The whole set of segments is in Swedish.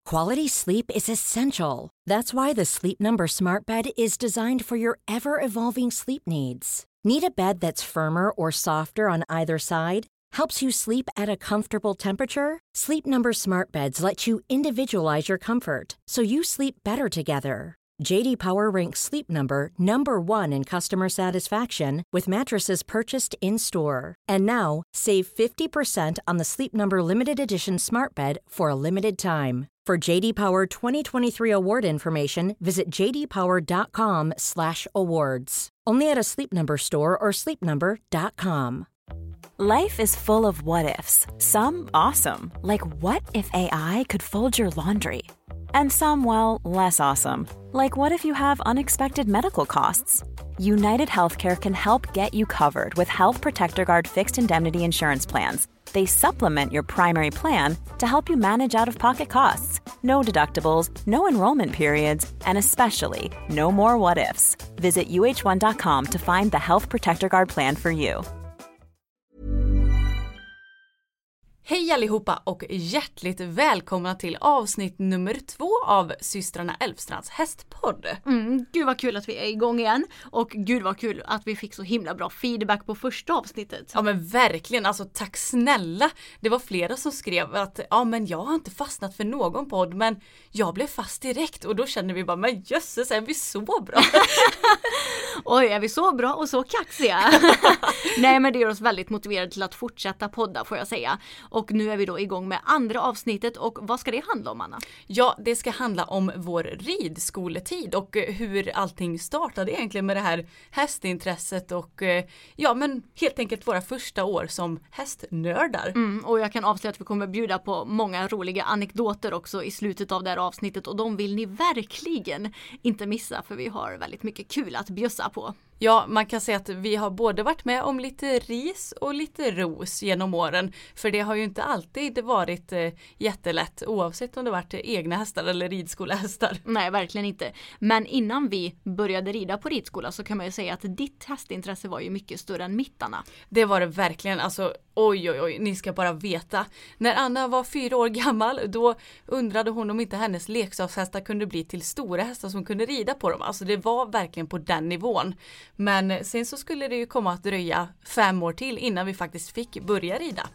Quality sleep is essential. That's why the Sleep Number Smart Bed is designed for your ever-evolving sleep needs. Need a bed that's firmer or softer on either side? Helps you sleep at a comfortable temperature? Sleep Number Smart Beds let you individualize your comfort, so you sleep better together. JD Power ranks Sleep Number #1 in customer satisfaction with mattresses purchased in-store. And now, save 50% on the Sleep Number Limited Edition Smart Bed for a limited time. For JD Power 2023 award information, visit jdpower.com/awards. Only at a Sleep Number store or sleepnumber.com. Life is full of what-ifs. Some awesome, like what if AI could fold your laundry? And some, well, less awesome, like what if you have unexpected medical costs? United Healthcare can help get you covered with Health Protector Guard fixed indemnity insurance plans. They supplement your primary plan to help you manage out-of-pocket costs. No deductibles, no enrollment periods, and especially no more what-ifs. Visit uh1.com to find the Health Protector Guard plan for you. Hej allihopa och hjärtligt välkomna till avsnitt nummer 2 av Systrarna Elfstrands hästpodd. Gud vad kul att vi är igång igen. Och gud vad kul att vi fick så himla bra feedback på första avsnittet. Ja men verkligen, alltså tack snälla. Det var flera som skrev att ja men jag har inte fastnat för någon podd men jag blev fast direkt. Och då kände vi bara, men jösses, är vi så bra? Oj, är vi så bra och så kaxiga? Nej, men det gör oss väldigt motiverade till att fortsätta podda, får jag säga. Och nu är vi då igång med andra avsnittet. Och vad ska det handla om, Anna? Ja, det ska handla om vår ridskoletid och hur allting startade egentligen med det här hästintresset och ja, men helt enkelt våra första år som hästnördar. Och jag kan avslöja att vi kommer bjuda på många roliga anekdoter också i slutet av det här avsnittet. Och de vill ni verkligen inte missa, för vi har väldigt mycket kul att bjussa på. Ja, man kan säga att vi har både varit med om lite ris och lite ros genom åren. För det har ju inte alltid varit jättelätt, oavsett om det varit egna hästar eller ridskolehästar. Nej, verkligen inte. Men innan vi började rida på ridskola så kan man ju säga att ditt hästintresse var ju mycket större än mitt, Anna. Det var det verkligen. Alltså, oj, ni ska bara veta. När Anna var 4 år gammal, då undrade hon om inte hennes leksakshästar kunde bli till stora hästar som kunde rida på dem. Alltså det var verkligen på den nivån. Men sen så skulle det ju komma att dröja 5 år till innan vi faktiskt fick börja rida.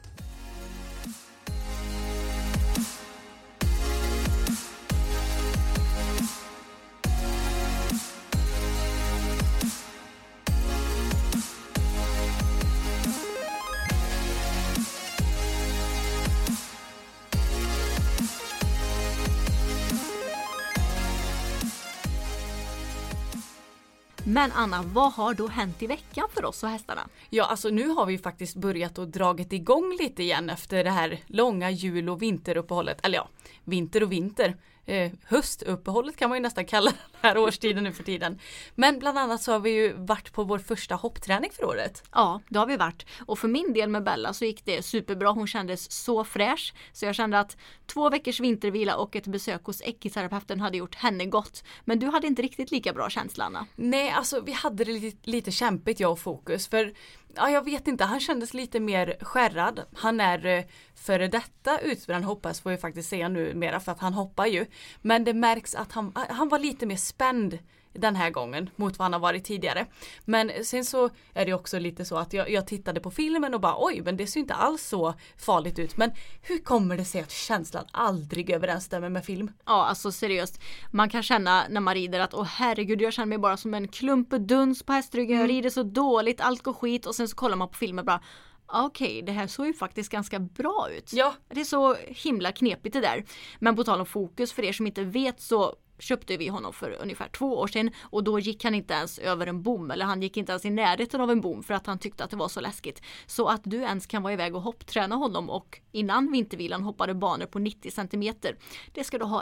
Men Anna, vad har då hänt i veckan för oss och hästarna? Ja, alltså nu har vi faktiskt börjat och dragit igång lite igen efter det här långa jul- och vinteruppehållet. Eller ja, vinter och vinter. Höstuppehållet kan man ju nästan kalla den här årstiden nu för tiden. Men bland annat så har vi ju varit på vår första hoppträning för året. Ja, det har vi varit. Och för min del med Bella så gick det superbra. Hon kändes så fräsch. Så jag kände att 2 veckors vintervila och ett besök hos ekiterapeuten hade gjort henne gott. Men du hade inte riktigt lika bra känsla, Anna. Nej, alltså vi hade det lite kämpigt, jag och Fokus. För ja, jag vet inte, han kändes lite mer skärrad. Han är före detta utbränd, hoppas får jag faktiskt säga nu mera, för att han hoppar ju. Men det märks att han var lite mer spänd den här gången mot vad han har varit tidigare. Men sen så är det också lite så att jag tittade på filmen och bara oj, men det ser inte alls så farligt ut. Men hur kommer det sig att känslan aldrig överensstämmer med film? Ja, alltså seriöst. Man kan känna när man rider att åh herregud, jag känner mig bara som en klump duns på hästryggen. Jag rider så dåligt, allt går skit. Och sen så kollar man på filmen bara okej, det här såg ju faktiskt ganska bra ut. Ja. Det är så himla knepigt det där. Men på tal om Fokus, för er som inte vet så köpte vi honom för ungefär 2 år sedan och då gick han inte ens över en bom, eller han gick inte ens i närheten av en bom för att han tyckte att det var så läskigt. Så att du ens kan vara iväg och hoppträna honom och innan vintervilan hoppade banor på 90 cm. Det ska du ha en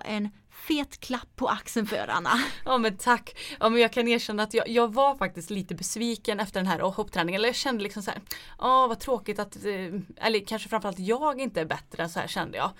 fet klapp på axeln för Anna. Ja men tack. Ja men jag kan erkänna att jag var faktiskt lite besviken efter den här hoppträningen. Eller jag kände liksom så här, vad tråkigt att, eller kanske framförallt jag inte är bättre än så här kände jag.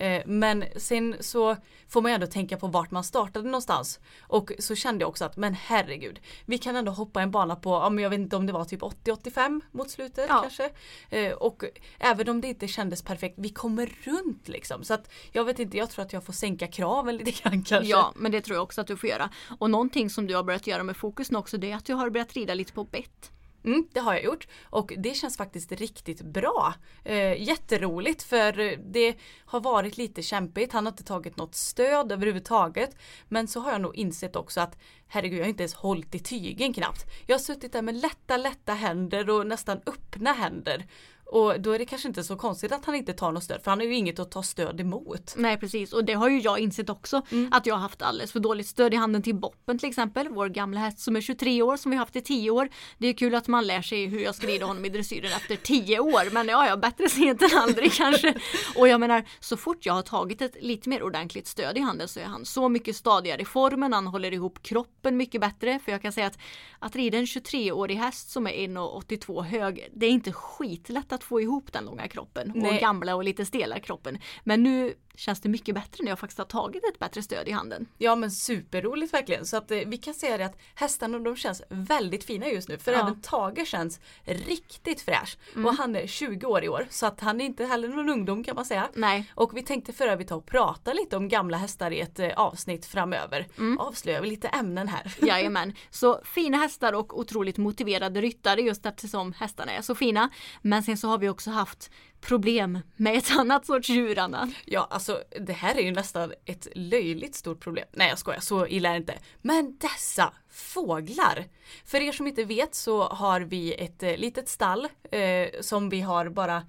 Men sen så får man ändå tänka på vart man startade någonstans. Och så kände jag också att, men herregud, vi kan ändå hoppa en bana på, jag vet inte om det var typ 80-85 mot slutet kanske. Och även om det inte kändes perfekt, vi kommer runt liksom. Så att jag vet inte, jag tror att jag får sänka kraven lite grann kanske. Ja, men det tror jag också att du får göra. Och någonting som du har börjat göra med fokus nu också, det är att du har börjat rida lite på bett. Det har jag gjort och det känns faktiskt riktigt bra. Jätteroligt för det har varit lite kämpigt. Han har inte tagit något stöd överhuvudtaget. Men så har jag nog insett också att herregud, jag har inte ens hållit i tygen knappt. Jag har suttit där med lätta händer och nästan öppna händer. Och då är det kanske inte så konstigt att han inte tar något stöd. För han har ju inget att ta stöd emot. Nej precis, och det har ju jag insett också. Att jag har haft alldeles för dåligt stöd i handen till Boppen till exempel. Vår gamla häst som är 23 år, som vi har haft i 10 år. Det är kul att man lär sig hur jag ska rida honom i dressyren efter 10 år. Men ja, bättre sent än aldrig kanske. Och jag menar, så fort jag har tagit ett lite mer ordentligt stöd i handen så är han så mycket stadigare i formen. Han håller ihop kroppen mycket bättre. För jag kan säga att rida en 23-årig häst som är 1,82 hög, det är inte skitlätt att få ihop den långa kroppen. Nej. Och gamla och lite stela kroppen. Men nu känns det mycket bättre när jag faktiskt har tagit ett bättre stöd i handen. Ja men superroligt verkligen. Så att vi kan säga det att hästarna de känns väldigt fina just nu. För även Tage känns riktigt fräsch. Och han är 20 år i år. Så att han är inte heller någon ungdom kan man säga. Nej. Och vi tänkte för övrigt ta och prata lite om gamla hästar i ett avsnitt framöver. Avslöjar vi lite ämnen här. Jajamän. Så fina hästar och otroligt motiverade ryttare just eftersom hästarna är så fina. Men sen så har vi också haft problem med ett annat sorts djur, Anna. Ja, alltså det här är ju nästan ett löjligt stort problem. Nej, jag skojar, så illa är det inte. Men dessa fåglar! För er som inte vet så har vi ett litet stall som vi har bara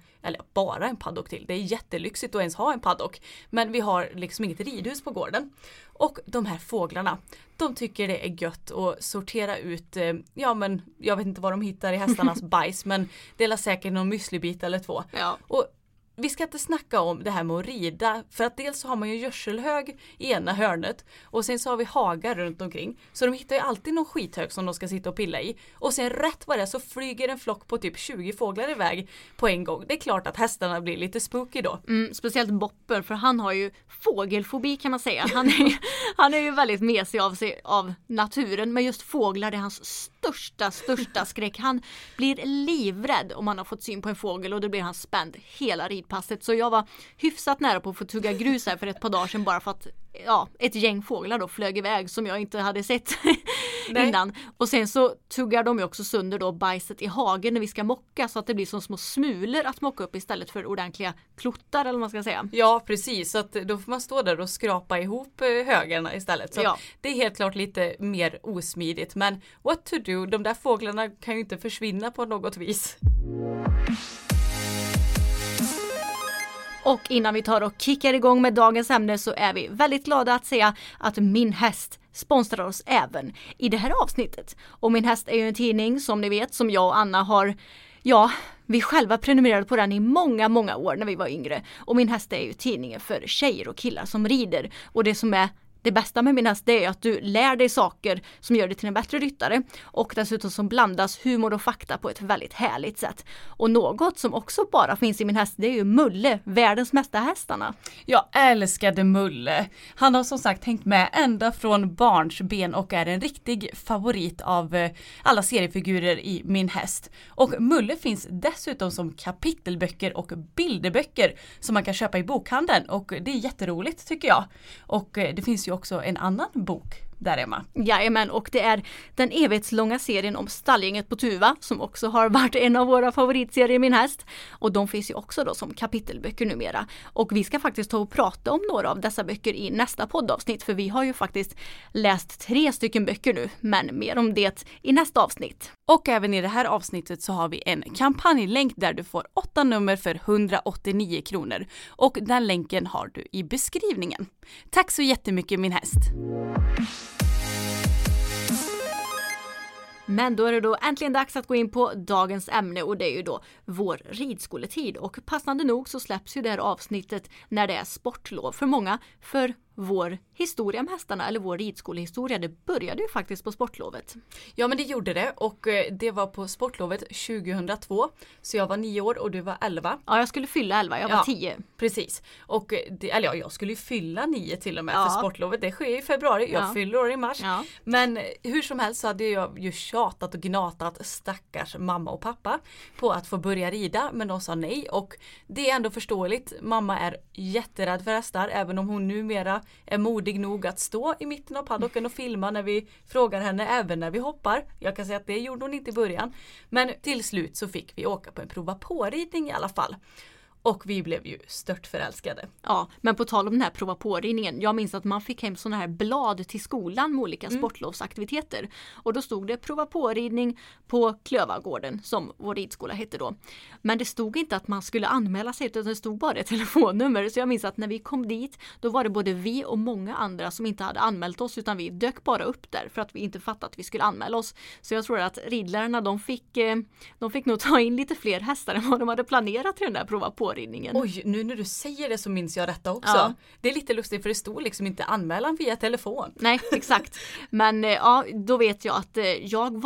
en paddock till. Det är jättelyxigt att ens ha en paddock. Men vi har liksom inget ridhus på gården. Och de här fåglarna, de tycker det är gött att sortera ut, men jag vet inte vad de hittar i hästarnas bajs, men det är säkert någon müslibit eller 2. Ja. Och vi ska inte snacka om det här med att rida, för att dels så har man ju gödselhög i ena hörnet och sen så har vi hagar runt omkring. Så de hittar ju alltid någon skithög som de ska sitta och pilla i. Och sen rätt vad det är så flyger en flock på typ 20 fåglar iväg på en gång. Det är klart att hästarna blir lite spooky då. Speciellt Boppen, för han har ju fågelfobi kan man säga. Han är ju väldigt mesig av naturen, men just fåglar är hans största skräck. Han blir livrädd om han har fått syn på en fågel och då blir han spänd hela ridpasset. Så jag var hyfsat nära på att få tugga grus här för ett par dagar sedan bara för att ett gäng fåglar då flög iväg som jag inte hade sett innan. Och sen så tuggar de ju också sönder då bajset i hagen när vi ska mocka så att det blir som små smulor att mocka upp istället för ordentliga klottar eller vad man ska säga. Ja, precis. Så att då får man stå där och skrapa ihop högarna istället. Så det är helt klart lite mer osmidigt. Men what to do? De där fåglarna kan ju inte försvinna på något vis. Och innan vi tar och kickar igång med dagens ämne så är vi väldigt glada att säga att Min Häst sponsrar oss även i det här avsnittet. Och Min Häst är ju en tidning som ni vet som jag och Anna har, vi själva prenumererade på den i många år när vi var yngre. Och Min Häst är ju tidningen för tjejer och killar som rider. Och det som är det bästa med Min Häst är att du lär dig saker som gör dig till en bättre ryttare och dessutom som blandas humor och fakta på ett väldigt härligt sätt. Och något som också bara finns i Min Häst, det är ju Mulle, världens mesta hästarna. Jag älskade Mulle. Han har som sagt hängt med ända från barnsben och är en riktig favorit av alla seriefigurer i Min Häst. Och Mulle finns dessutom som kapitelböcker och bilderböcker som man kan köpa i bokhandeln och det är jätteroligt tycker jag. Och det finns ju också en annan bok där, Emma. Jajamän, och det är den evighetslånga serien om stallgänget på Tuva som också har varit en av våra favoritserier Min Häst. Och de finns ju också då som kapitelböcker numera. Och vi ska faktiskt ta och prata om några av dessa böcker i nästa poddavsnitt för vi har ju faktiskt läst 3 stycken böcker nu, men mer om det i nästa avsnitt. Och även i det här avsnittet så har vi en kampanjlänk där du får 8 nummer för 189 kronor. Och den länken har du i beskrivningen. Tack så jättemycket Min Häst! Men då är det då äntligen dags att gå in på dagens ämne och det är ju då vår ridskoletid. Och passande nog så släpps ju det här avsnittet när det är sportlov för många. För vår historia med hästarna, eller vår ridskolehistoria, det började ju faktiskt på sportlovet. Ja, men det gjorde det, och det var på sportlovet 2002, så jag var 9 år och du var 11. Ja, jag skulle fylla 11, jag var 10. Precis, och jag skulle ju fylla 9 till och med, för sportlovet det sker i februari, jag fyller år i mars. Men hur som helst så hade jag ju tjatat och gnatat stackars mamma och pappa på att få börja rida, men de sa nej, och det är ändå förståeligt. Mamma är jätterädd för hästar, även om hon numera är modig nog att stå i mitten av paddocken och filma när vi frågar henne, även när vi hoppar. Jag kan säga att det gjorde hon inte i början. Men till slut så fick vi åka på en prova påridning i alla fall. Och vi blev ju stört förälskade. Ja, men på tal om den här prova påridningen. Jag minns att man fick hem såna här blad till skolan med olika sportlovsaktiviteter. Och då stod det prova påridning på Klövargården, som vår ridskola hette då. Men det stod inte att man skulle anmäla sig, utan det stod bara ett telefonnummer. Så jag minns att när vi kom dit, då var det både vi och många andra som inte hade anmält oss, utan vi dök bara upp där för att vi inte fattade att vi skulle anmäla oss. Så jag tror att ridlärarna, de fick nog ta in lite fler hästar än vad de hade planerat till den där prova påridningen. Oj, nu när du säger det så minns jag detta också. Ja. Det är lite lustigt, för det stod liksom inte anmälan via telefon. Nej, exakt. Men ja, då vet jag att jag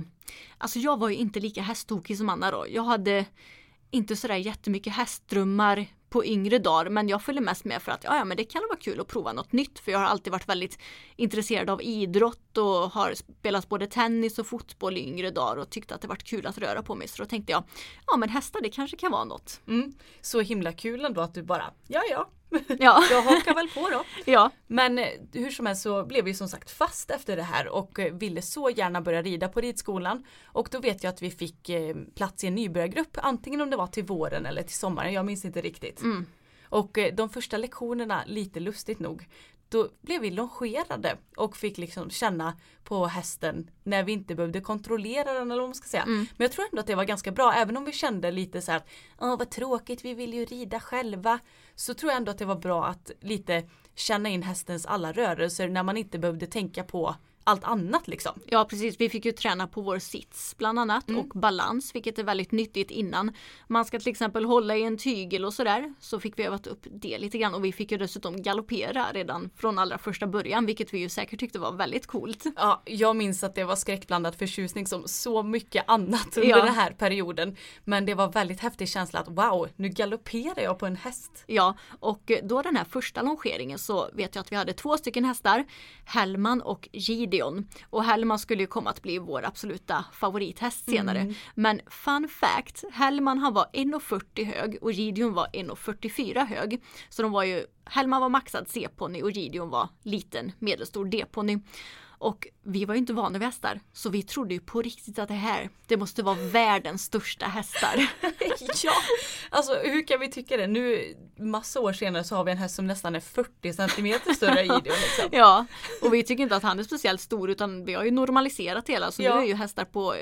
var ju inte lika hästtokig som Anna då. Jag hade inte sådär jättemycket hästdrömmar på yngre dagar, men jag följde mest med för att men det kan vara kul att prova något nytt, för jag har alltid varit väldigt intresserad av idrott och har spelat både tennis och fotboll i yngre dagar och tyckte att det varit kul att röra på mig, så då tänkte jag, men hästar, det kanske kan vara något. Så himla kul ändå att du bara, Ja. Jag hakar väl på då. Ja. Men hur som helst så blev vi som sagt fast efter det här och ville så gärna börja rida på ridskolan. Och då vet jag att vi fick plats i en nybörjargrupp, antingen om det var till våren eller till sommaren, jag minns inte riktigt. Och de första lektionerna, lite lustigt nog, då blev vi longerade och fick liksom känna på hästen när vi inte behövde kontrollera den, eller vad man ska säga. Men jag tror ändå att det var ganska bra, även om vi kände lite så här, vad tråkigt, vi vill ju rida själva. Så tror jag ändå att det var bra att lite känna in hästens alla rörelser när man inte behövde tänka på allt annat liksom. Ja, precis. Vi fick ju träna på vår sits bland annat och balans, vilket är väldigt nyttigt innan man ska till exempel hålla i en tygel och sådär. Så fick vi övat upp det lite grann, och vi fick ju dessutom galoppera redan från allra första början, vilket vi ju säkert tyckte var väldigt coolt. Ja, jag minns att det var skräckblandad förtjusning som så mycket annat under den här perioden. Men det var väldigt häftig känsla att wow, nu galopperar jag på en häst. Ja, och då den här första longeringen så vet jag att vi hade 2 stycken hästar, Hellman och Gideon. Och Hellman skulle ju komma att bli vår absoluta favorithäst senare. Men fun fact, Hellman han var 1,40 hög och Gideon var 1,44 hög. Så Hellman var maxad C-ponny och Gideon var liten, medelstor D-ponny. Och vi var ju inte vana vid hästar, så vi trodde ju på riktigt att det måste vara världens största hästar. Ja, alltså hur kan vi tycka det? Nu massa år senare så har vi en häst som nästan är 40 centimeter större än Gideon. Liksom. Ja, och vi tycker inte att han är speciellt stor, utan vi har ju normaliserat hela. Så nu är ju hästar på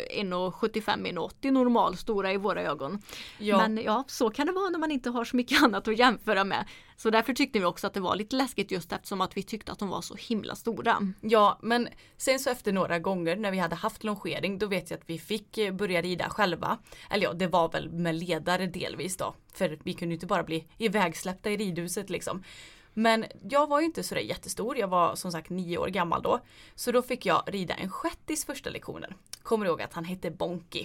1,75-1,80 normalstora i våra ögon. Ja. Men så kan det vara när man inte har så mycket annat att jämföra med. Så därför tyckte vi också att det var lite läskigt, just eftersom att vi tyckte att de var så himla stora. Ja, men sen så efter några gånger när vi hade haft longering, då vet jag att vi fick börja rida själva. Eller det var väl med ledare delvis då. För vi kunde ju inte bara bli ivägsläppta i ridhuset liksom. Men jag var ju inte så där jättestor, jag var som sagt 9 år gammal då. Så då fick jag rida en shettis första lektionen. Kommer ihåg att han hette Bonky.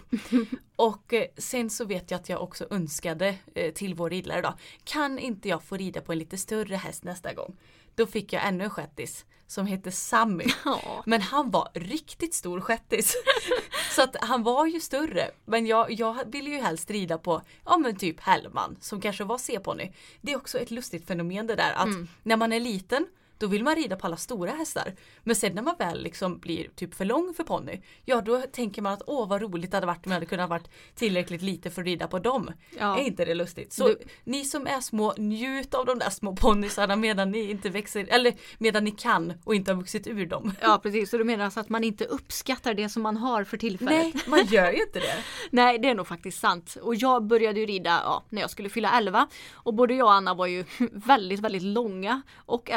Och sen så vet jag att jag också önskade till vår ridlärare då, kan inte jag få rida på en lite större häst nästa gång? Då fick jag ännu en shettis som hette Sammy. Men han var riktigt stor shettis. Så att han var ju större. Men jag ville ju helst rida på typ Hellman som kanske var C-ponny. Det är också ett lustigt fenomen det där att när man är liten, då vill man rida på alla stora hästar. Men sen när man väl liksom blir typ för lång för ponny, då tänker man att vad roligt det hade varit om jag hade kunnat varit tillräckligt lite för att rida på dem. Ja. Är inte det lustigt? Så ni som är små, njut av de där små ponnysarna medan ni inte växer, eller medan ni kan och inte har vuxit ur dem. Ja, precis. Så du menar alltså att man inte uppskattar det som man har för tillfället? Nej, man gör ju inte det. Nej, det är nog faktiskt sant. Och jag började ju rida när jag skulle fylla 11. Och både jag och Anna var ju väldigt, väldigt långa och även grova.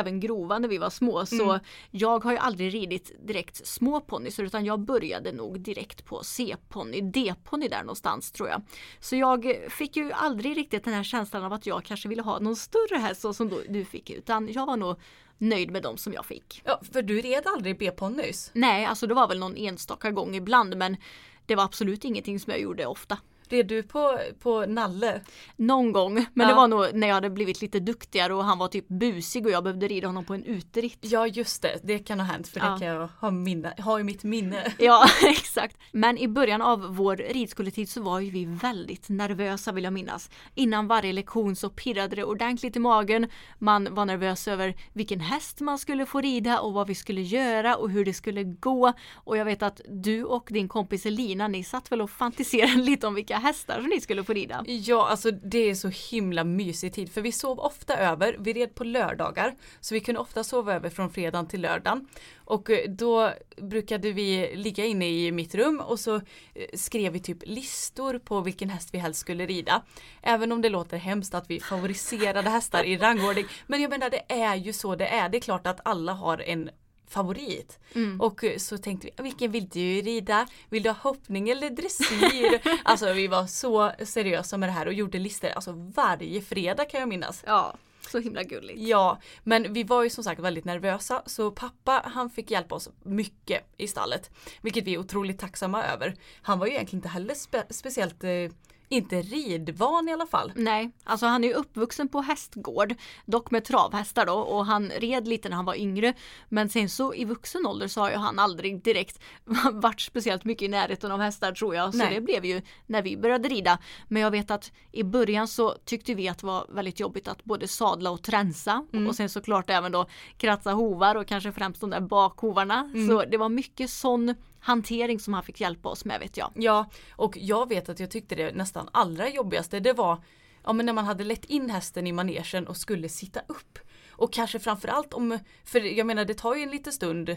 provhova när vi var små. Så jag har ju aldrig ridit direkt små ponnyer, utan jag började nog direkt på C-ponny, D-ponny där någonstans tror jag. Så jag fick ju aldrig riktigt den här känslan av att jag kanske ville ha någon större häst så som du fick, utan jag var nog nöjd med dem som jag fick. Ja, för du red aldrig B-ponnys? Nej, alltså det var väl någon enstaka gång ibland, men det var absolut ingenting som jag gjorde ofta. Red du på Nalle? Någon gång, men det var nog när jag hade blivit lite duktigare och han var typ busig och jag behövde rida honom på en uteritt. Ja, just det. Det kan ha hänt, för det kan jag ha i mitt minne. Ja, exakt. Men i början av vår ridskoletid så var ju vi väldigt nervösa, vill jag minnas. Innan varje lektion så pirrade det ordentligt i magen. Man var nervös över vilken häst man skulle få rida och vad vi skulle göra och hur det skulle gå. Och jag vet att du och din kompis Elina, ni satt väl och fantiserade lite om vilka hästar som ni skulle få rida. Ja, alltså det är så himla mysig tid, för vi sov ofta över. Vi red på lördagar, så vi kunde ofta sova över från fredagen till lördagen. Och då brukade vi ligga inne i mitt rum och så skrev vi typ listor på vilken häst vi helst skulle rida. Även om det låter hemskt att vi favoriserade hästar i rangordning. Men jag menar, det är ju så det är. Det är klart att alla har en favorit. Och så tänkte vi, vilken vill du rida? Vill du ha hoppning eller dressyr? Alltså vi var så seriösa med det här och gjorde listor alltså varje fredag, kan jag minnas. Ja, så himla gulligt. Ja, men vi var ju som sagt väldigt nervösa, så pappa, han fick hjälpa oss mycket i stallet, vilket vi är otroligt tacksamma över. Han var ju egentligen inte heller speciellt inte ridvan i alla fall. Nej, alltså han är ju uppvuxen på hästgård, dock med travhästar då, och han red lite när han var yngre, men sen så i vuxen ålder så har ju han aldrig direkt varit speciellt mycket i närheten av hästar, tror jag, så det blev ju när vi började rida. Men jag vet att i början så tyckte vi att det var väldigt jobbigt att både sadla och tränsa, och sen såklart även då kratsa hovar och kanske främst de där bakhovarna, så det var mycket sån hantering som han fick hjälpa oss med, vet jag. Ja, och jag vet att jag tyckte det nästan allra jobbigaste, det var men när man hade lett in hästen i manegen och skulle sitta upp. Och kanske framförallt för jag menar det tar ju en liten stund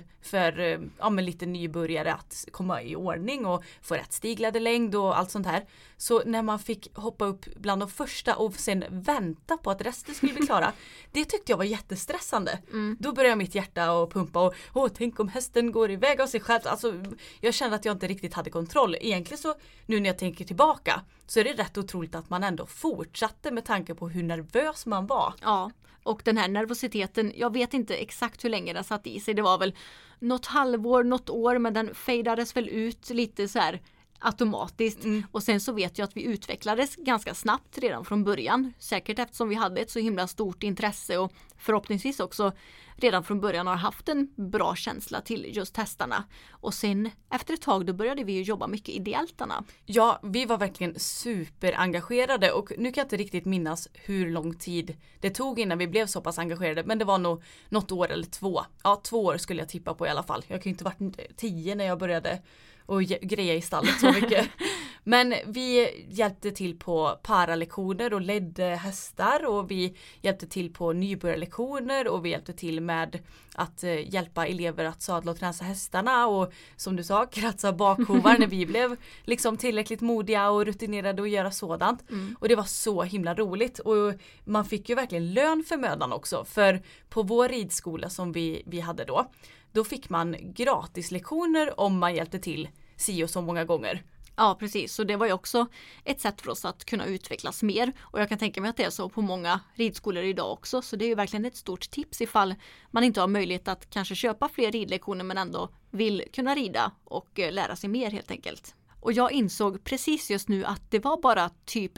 för lite nybörjare att komma i ordning och få rätt stiglädelängd och allt sånt här. Så när man fick hoppa upp bland de första och sen vänta på att resten skulle bli klara, det tyckte jag var jättestressande. Då började mitt hjärta att pumpa och tänk om hästen går iväg av sig själv. Alltså jag kände att jag inte riktigt hade kontroll. Egentligen så nu när jag tänker tillbaka så är det rätt otroligt att man ändå fortsatte med tanke på hur nervös man var. Ja. Och den här nervositeten, jag vet inte exakt hur länge den satt i sig. Det var väl något halvår, något år, men den fejdades väl ut lite så här automatiskt. Och sen så vet jag att vi utvecklades ganska snabbt redan från början. Säkert eftersom vi hade ett så himla stort intresse och förhoppningsvis också redan från början har haft en bra känsla till just hästarna. Och sen efter ett tag då började vi ju jobba mycket ideellt. Ja, vi var verkligen superengagerade och nu kan jag inte riktigt minnas hur lång tid det tog innan vi blev så pass engagerade, men det var nog något år eller 2. Ja, 2 år skulle jag tippa på i alla fall. Jag kan ju inte varit 10 när jag började och greja i stallet så mycket. Men vi hjälpte till på paralektioner och ledde hästar, och vi hjälpte till på nybörjarlektioner, och vi hjälpte till med att hjälpa elever att sadla och tränsa hästarna och som du sa, kratsa bakhovar när vi blev liksom tillräckligt modiga och rutinerade att göra sådant. Och det var så himla roligt, och man fick ju verkligen lön för mödan också, för på vår ridskola som vi hade då fick man gratis lektioner om man hjälpte till si och så många gånger. Ja, precis. Så det var ju också ett sätt för oss att kunna utvecklas mer. Och jag kan tänka mig att det är så på många ridskolor idag också. Så det är ju verkligen ett stort tips ifall man inte har möjlighet att kanske köpa fler ridlektioner men ändå vill kunna rida och lära sig mer helt enkelt. Och jag insåg precis just nu att det var bara typ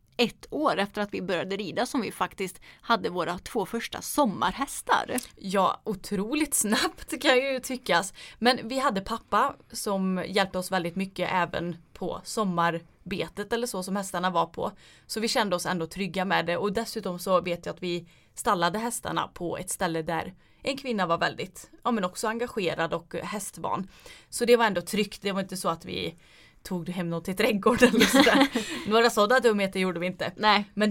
1 år efter att vi började rida som vi faktiskt hade våra 2 första sommarhästar. Ja, otroligt snabbt kan ju tyckas. Men vi hade pappa som hjälpte oss väldigt mycket även på sommarbetet eller så som hästarna var på. Så vi kände oss ändå trygga med det, och dessutom så vet jag att vi stallade hästarna på ett ställe där en kvinna var väldigt, men också engagerad och hästvan. Så det var ändå tryggt, det var inte så att vi tog hem något till trädgården eller sådär. Några sådana dumheter gjorde vi inte. Nej. Men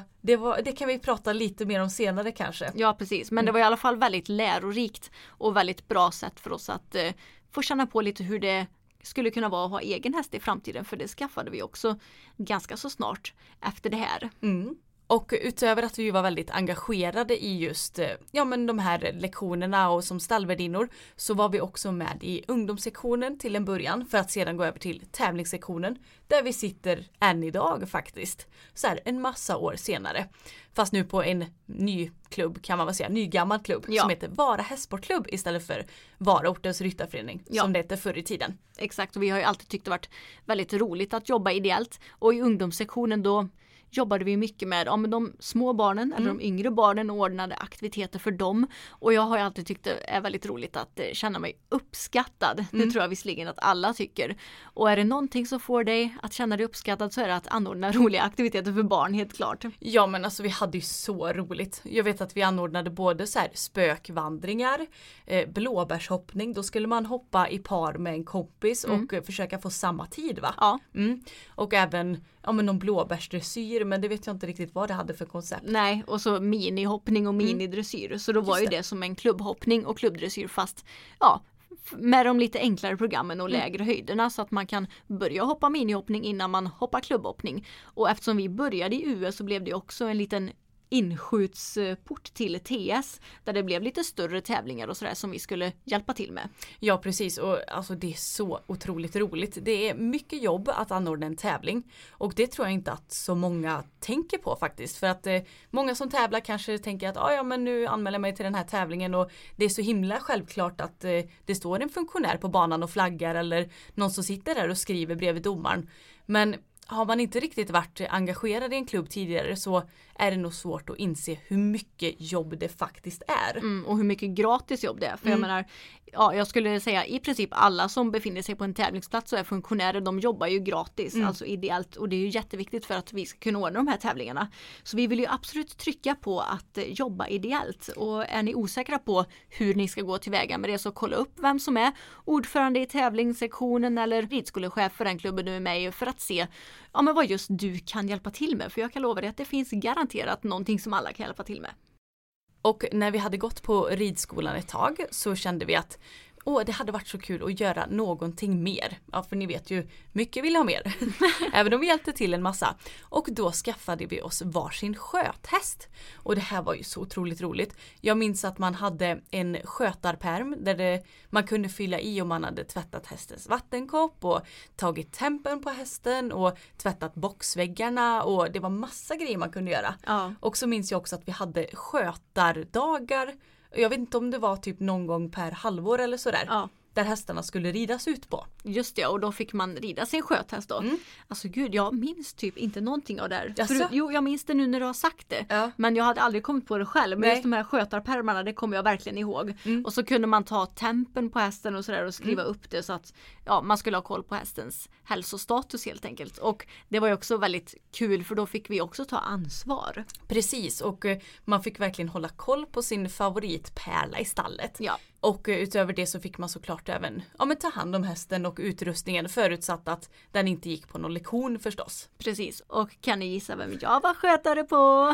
det kan vi prata lite mer om senare kanske. Ja, precis. Men det var i alla fall väldigt lärorikt och väldigt bra sätt för oss att få känna på lite hur det skulle kunna vara att ha egen häst i framtiden. För det skaffade vi också ganska så snart efter det här. Och utöver att vi var väldigt engagerade i just de här lektionerna och som stallvärdinnor, så var vi också med i ungdomssektionen till en början för att sedan gå över till tävlingssektionen där vi sitter än idag faktiskt. Så här en massa år senare. Fast nu på en ny klubb, kan man väl säga, ny gammal klubb som heter Vara hästsportklubb istället för Vara ortens ryttarförening som det hette förr i tiden. Exakt, och vi har ju alltid tyckt det varit väldigt roligt att jobba ideellt, och i ungdomssektionen då jobbade vi mycket med de små barnen eller de yngre barnen och ordnade aktiviteter för dem. Och jag har ju alltid tyckt det är väldigt roligt att känna mig uppskattad. Det tror jag visserligen att alla tycker. Och är det någonting som får dig att känna dig uppskattad så är det att anordna roliga aktiviteter för barn, helt klart. Ja, men alltså vi hade ju så roligt. Jag vet att vi anordnade både så här spökvandringar, blåbärshoppning. Då skulle man hoppa i par med en kompis och försöka få samma tid, va? Ja. Och även någon blåbärsdressyr, men det vet jag inte riktigt vad det hade för koncept. Nej, och så minihoppning och minidressyr. Så då var ju det som en klubbhoppning och klubbdressyr, fast med de lite enklare programmen och lägre höjderna, så att man kan börja hoppa minihoppning innan man hoppar klubbhoppning. Och eftersom vi började i US så blev det också en liten inskjutsport till TS där det blev lite större tävlingar och sådär som vi skulle hjälpa till med. Ja, precis, och alltså det är så otroligt roligt. Det är mycket jobb att anordna en tävling, och det tror jag inte att så många tänker på faktiskt, för att många som tävlar kanske tänker att men nu anmäler jag mig till den här tävlingen, och det är så himla självklart att det står en funktionär på banan och flaggar eller någon som sitter där och skriver bredvid domaren. Men har man inte riktigt varit engagerad i en klubb tidigare så är det nog svårt att inse hur mycket jobb det faktiskt är. Och hur mycket gratis jobb det är. För jag menar, jag skulle säga i princip alla som befinner sig på en tävlingsplats och är funktionärer, de jobbar ju gratis, alltså ideellt. Och det är ju jätteviktigt för att vi ska kunna ordna de här tävlingarna. Så vi vill ju absolut trycka på att jobba ideellt. Och är ni osäkra på hur ni ska gå tillväga med det, så kolla upp vem som är ordförande i tävlingssektionen eller ridskolechef för den klubben du är med i, för att se vad just du kan hjälpa till med. För jag kan lova dig att det finns garanterat någonting som alla kan hjälpa till med. Och när vi hade gått på ridskolan ett tag så kände vi att det hade varit så kul att göra någonting mer. Ja, för ni vet ju, mycket vill ha mer. Även om vi hjälpte till en massa. Och då skaffade vi oss varsin sköthäst. Och det här var ju så otroligt roligt. Jag minns att man hade en skötarpärm där man kunde fylla i om man hade tvättat hästens vattenkopp och tagit tempen på hästen och tvättat boxväggarna, och det var massa grejer man kunde göra. Ja. Och så minns jag också att vi hade skötardagar. Jag vet inte om det var typ någon gång per halvår eller sådär. Ja. Där hästarna skulle ridas ut på. Just det, och då fick man rida sin sköthäst då. Alltså gud, jag minns typ inte någonting av det där. Jo, jag minns det nu när du har sagt det. Ja. Men jag hade aldrig kommit på det själv. Men just de här skötarpärmarna, det kommer jag verkligen ihåg. Och så kunde man ta tempen på hästen och sådär och skriva upp det så att man skulle ha koll på hästens hälsostatus helt enkelt. Och det var ju också väldigt kul, för då fick vi också ta ansvar. Precis, och man fick verkligen hålla koll på sin favoritpärla i stallet. Ja. Och utöver det så fick man såklart även ta hand om hästen och utrustningen, förutsatt att den inte gick på någon lektion förstås. Precis, och kan ni gissa vem jag var skötare på?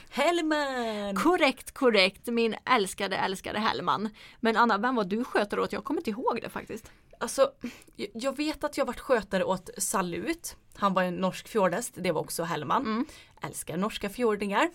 Hellman! Korrekt, min älskade Hellman. Men Anna, vem var du skötare åt? Jag kommer inte ihåg det faktiskt. Alltså, jag vet att jag varit skötare åt Salut. Han var en norsk fjordhäst, det var också Hellman. Älskar norska fjordingar.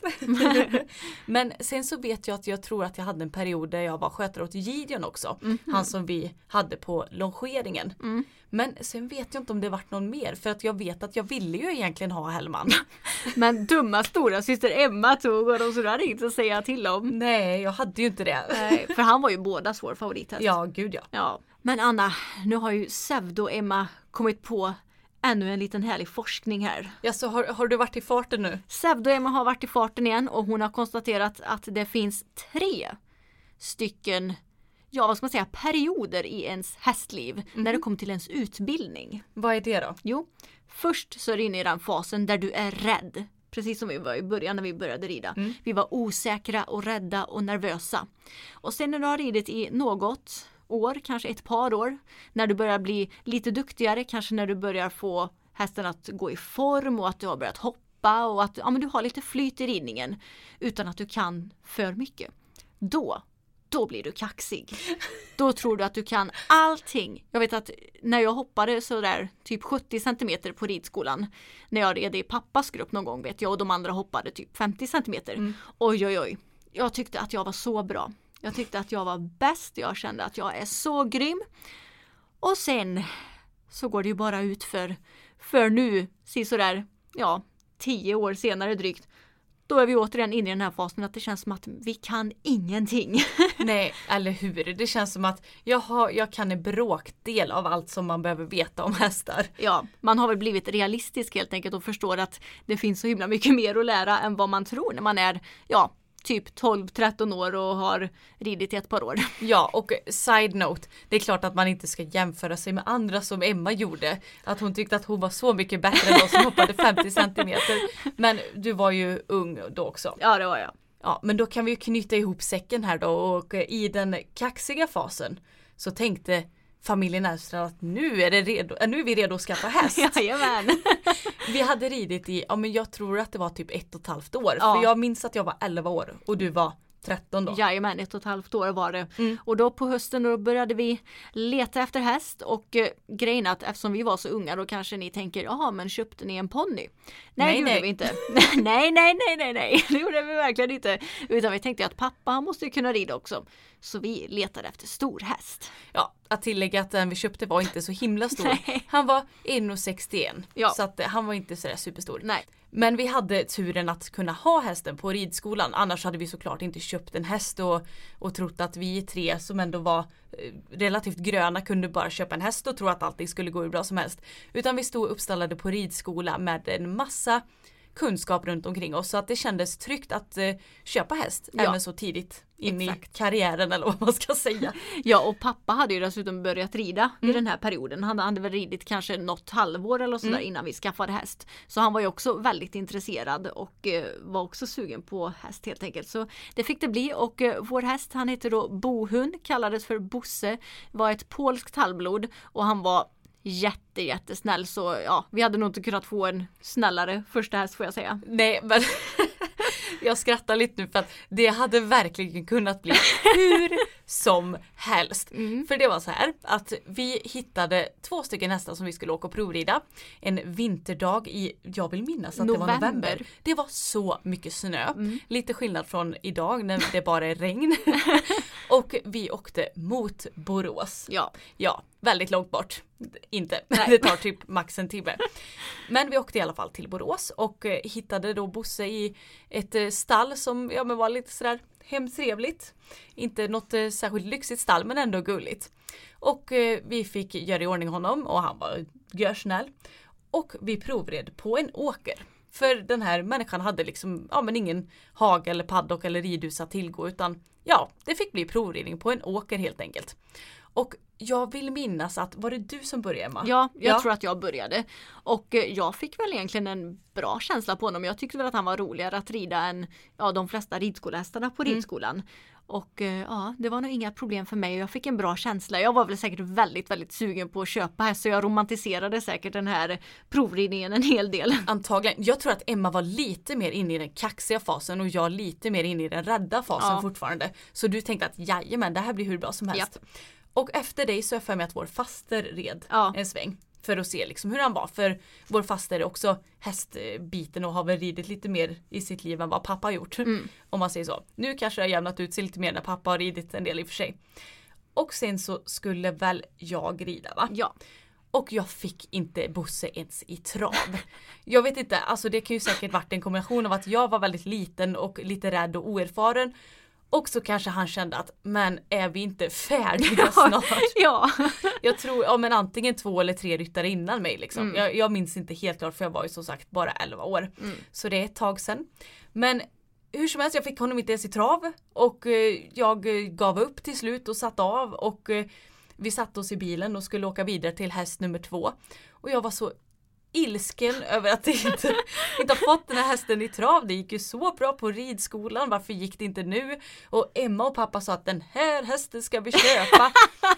Men sen så vet jag att jag tror att jag hade en period där jag var skötare åt Gideon också. Han som vi hade på longeringen. Men sen vet jag inte om det varit någon mer, för att jag vet att jag ville ju egentligen ha Hellman. Men dumma stora syster Emma tog honom, så du hade inget att säga till om. Nej, jag hade ju inte det. Nej, för han var ju bådas vår favorithäst. Ja, gud ja. Men Anna, nu har ju Pseudo-Emma kommit på ännu en liten härlig forskning här. Ja, så har du varit i farten nu? Pseudo-Emma har varit i farten igen, och hon har konstaterat att det finns 3 stycken, perioder i ens hästliv när det kommer till ens utbildning. Vad är det då? Jo, först så är det inne i den fasen där du är rädd. Precis som vi var i början när vi började rida. Vi var osäkra och rädda och nervösa. Och sen när du har ridit i något år, kanske ett par år, när du börjar bli lite duktigare, kanske när du börjar få hästen att gå i form och att du har börjat hoppa och att du har lite flyt i ridningen utan att du kan för mycket. Då då blir du kaxig. Då tror du att du kan allting. Jag vet att när jag hoppade så där typ 70 centimeter på ridskolan, när jag red i pappas grupp någon gång vet jag, och de andra hoppade typ 50 centimeter. Oj. Jag tyckte att jag var så bra. Jag tyckte att jag var bäst. Jag kände att jag är så grym. Och sen så går det ju bara ut för nu, sådär, 10 år senare drygt. Då är vi återigen inne i den här fasen att det känns som att vi kan ingenting. Nej, eller hur? Det känns som att jag kan en bråkdel av allt som man behöver veta om hästar. Ja, man har väl blivit realistisk helt enkelt och förstår att det finns så himla mycket mer att lära än vad man tror när man är, typ 12-13 år och har ridit i ett par år. Ja, och side note, det är klart att man inte ska jämföra sig med andra som Emma gjorde. Att hon tyckte att hon var så mycket bättre än de som hoppade 50 centimeter. Men du var ju ung då också. Ja, det var jag. Ja, men då kan vi ju knyta ihop säcken här då, och i den kaxiga fasen så tänkte familjen Elfstrand att nu är vi redo att skaffa häst. Jajamän. Vi hade ridit i, men jag tror att det var typ 1,5 år. Ja. För jag minns att jag var 11 år och du var 13 då. Jajamän, 1,5 år var det. Och då på hösten då började vi leta efter häst och grejen att eftersom vi var så unga då kanske ni tänker, jaha men köpte ni en ponny? Nej, det gjorde vi inte. nej, det gjorde vi verkligen inte. Utan vi tänkte att pappa han måste ju kunna rida också. Så vi letade efter stor häst. Ja, att tillägga att den vi köpte var inte så himla stor. Nej. Han var 1,61. Ja. Så att han var inte sådär superstor. Nej. Men vi hade turen att kunna ha hästen på ridskolan. Annars hade vi såklart inte köpt en häst och trott att vi 3 som ändå var relativt gröna kunde bara köpa en häst och tro att allting skulle gå hur bra som helst. Utan vi stod uppställade på ridskola med en massa kunskap runt omkring oss, så att det kändes tryggt att köpa häst även så tidigt in i karriären eller vad man ska säga. Ja, och pappa hade ju dessutom börjat rida i den här perioden. Han hade väl ridit kanske något halvår eller sådär innan vi skaffade häst. Så han var ju också väldigt intresserad och var också sugen på häst helt enkelt. Så det fick det bli, och vår häst, han heter då Bohund, kallades för Bosse, var ett polskt halvblod och han var jättesnäll, så vi hade nog inte kunnat få en snällare första häst får jag säga. Nej, men jag skrattar lite nu för att det hade verkligen kunnat bli hur som helst. För det var så här att vi hittade 2 stycken hästar som vi skulle åka och provrida en vinterdag i, jag vill minnas att det var november. Det var så mycket snö. Lite skillnad från idag när det bara är regn. Och vi åkte mot Borås. Ja, väldigt långt bort. Inte. Det tar typ max en timme. Men vi åkte i alla fall till Borås och hittade då Bosse i ett stall som var lite sådär hemtrevligt. Inte något särskilt lyxigt stall, men ändå gulligt. Och vi fick göra i ordning honom och han var görsnäll. Och vi provred på en åker. För den här människan hade liksom, men ingen hag eller paddock eller ridhus att tillgå, utan det fick bli provridning på en åker helt enkelt. Och jag vill minnas att, var det du som började, Emma? Ja, jag tror att jag började. Och jag fick väl egentligen en bra känsla på honom. Jag tyckte väl att han var roligare att rida än de flesta ridskolehästarna på ridskolan. Och det var nog inga problem för mig. Jag fick en bra känsla. Jag var väl säkert väldigt sugen på att köpa häst, så jag romantiserade säkert den här provridningen en hel del. Antagligen. Jag tror att Emma var lite mer inne i den kaxiga fasen och jag lite mer inne i den rädda fasen fortfarande. Så du tänkte att jajamän, det här blir hur bra som helst. Japp. Och efter dig så är jag för mig att vår faster red en sväng för att se liksom hur han var. För vår faster är också hästbiten och har väl ridit lite mer i sitt liv än vad pappa har gjort. Om man säger så. Nu kanske det har jämnat ut sig lite mer när pappa har ridit en del i och för sig. Och sen så skulle väl jag rida, va? Ja. Och jag fick inte Bosse ens i trav. Jag vet inte, alltså det kan ju säkert varit en kombination av att jag var väldigt liten och lite rädd och oerfaren. Och så kanske han kände att, men är vi inte färdiga snart? Ja. Jag tror, men antingen 2 eller 3 ryttare innan mig liksom. Jag minns inte helt klart, för jag var ju som sagt bara 11 år. Så det är ett tag sedan. Men hur som helst, jag fick honom inte ens i trav. Och jag gav upp till slut och satt av. Och vi satte oss i bilen och skulle åka vidare till häst nummer 2. Och jag var så ilsken över att inte har fått den här hästen i trav. Det gick ju så bra på ridskolan. Varför gick det inte nu? Och Emma och pappa sa att den här hästen ska vi köpa.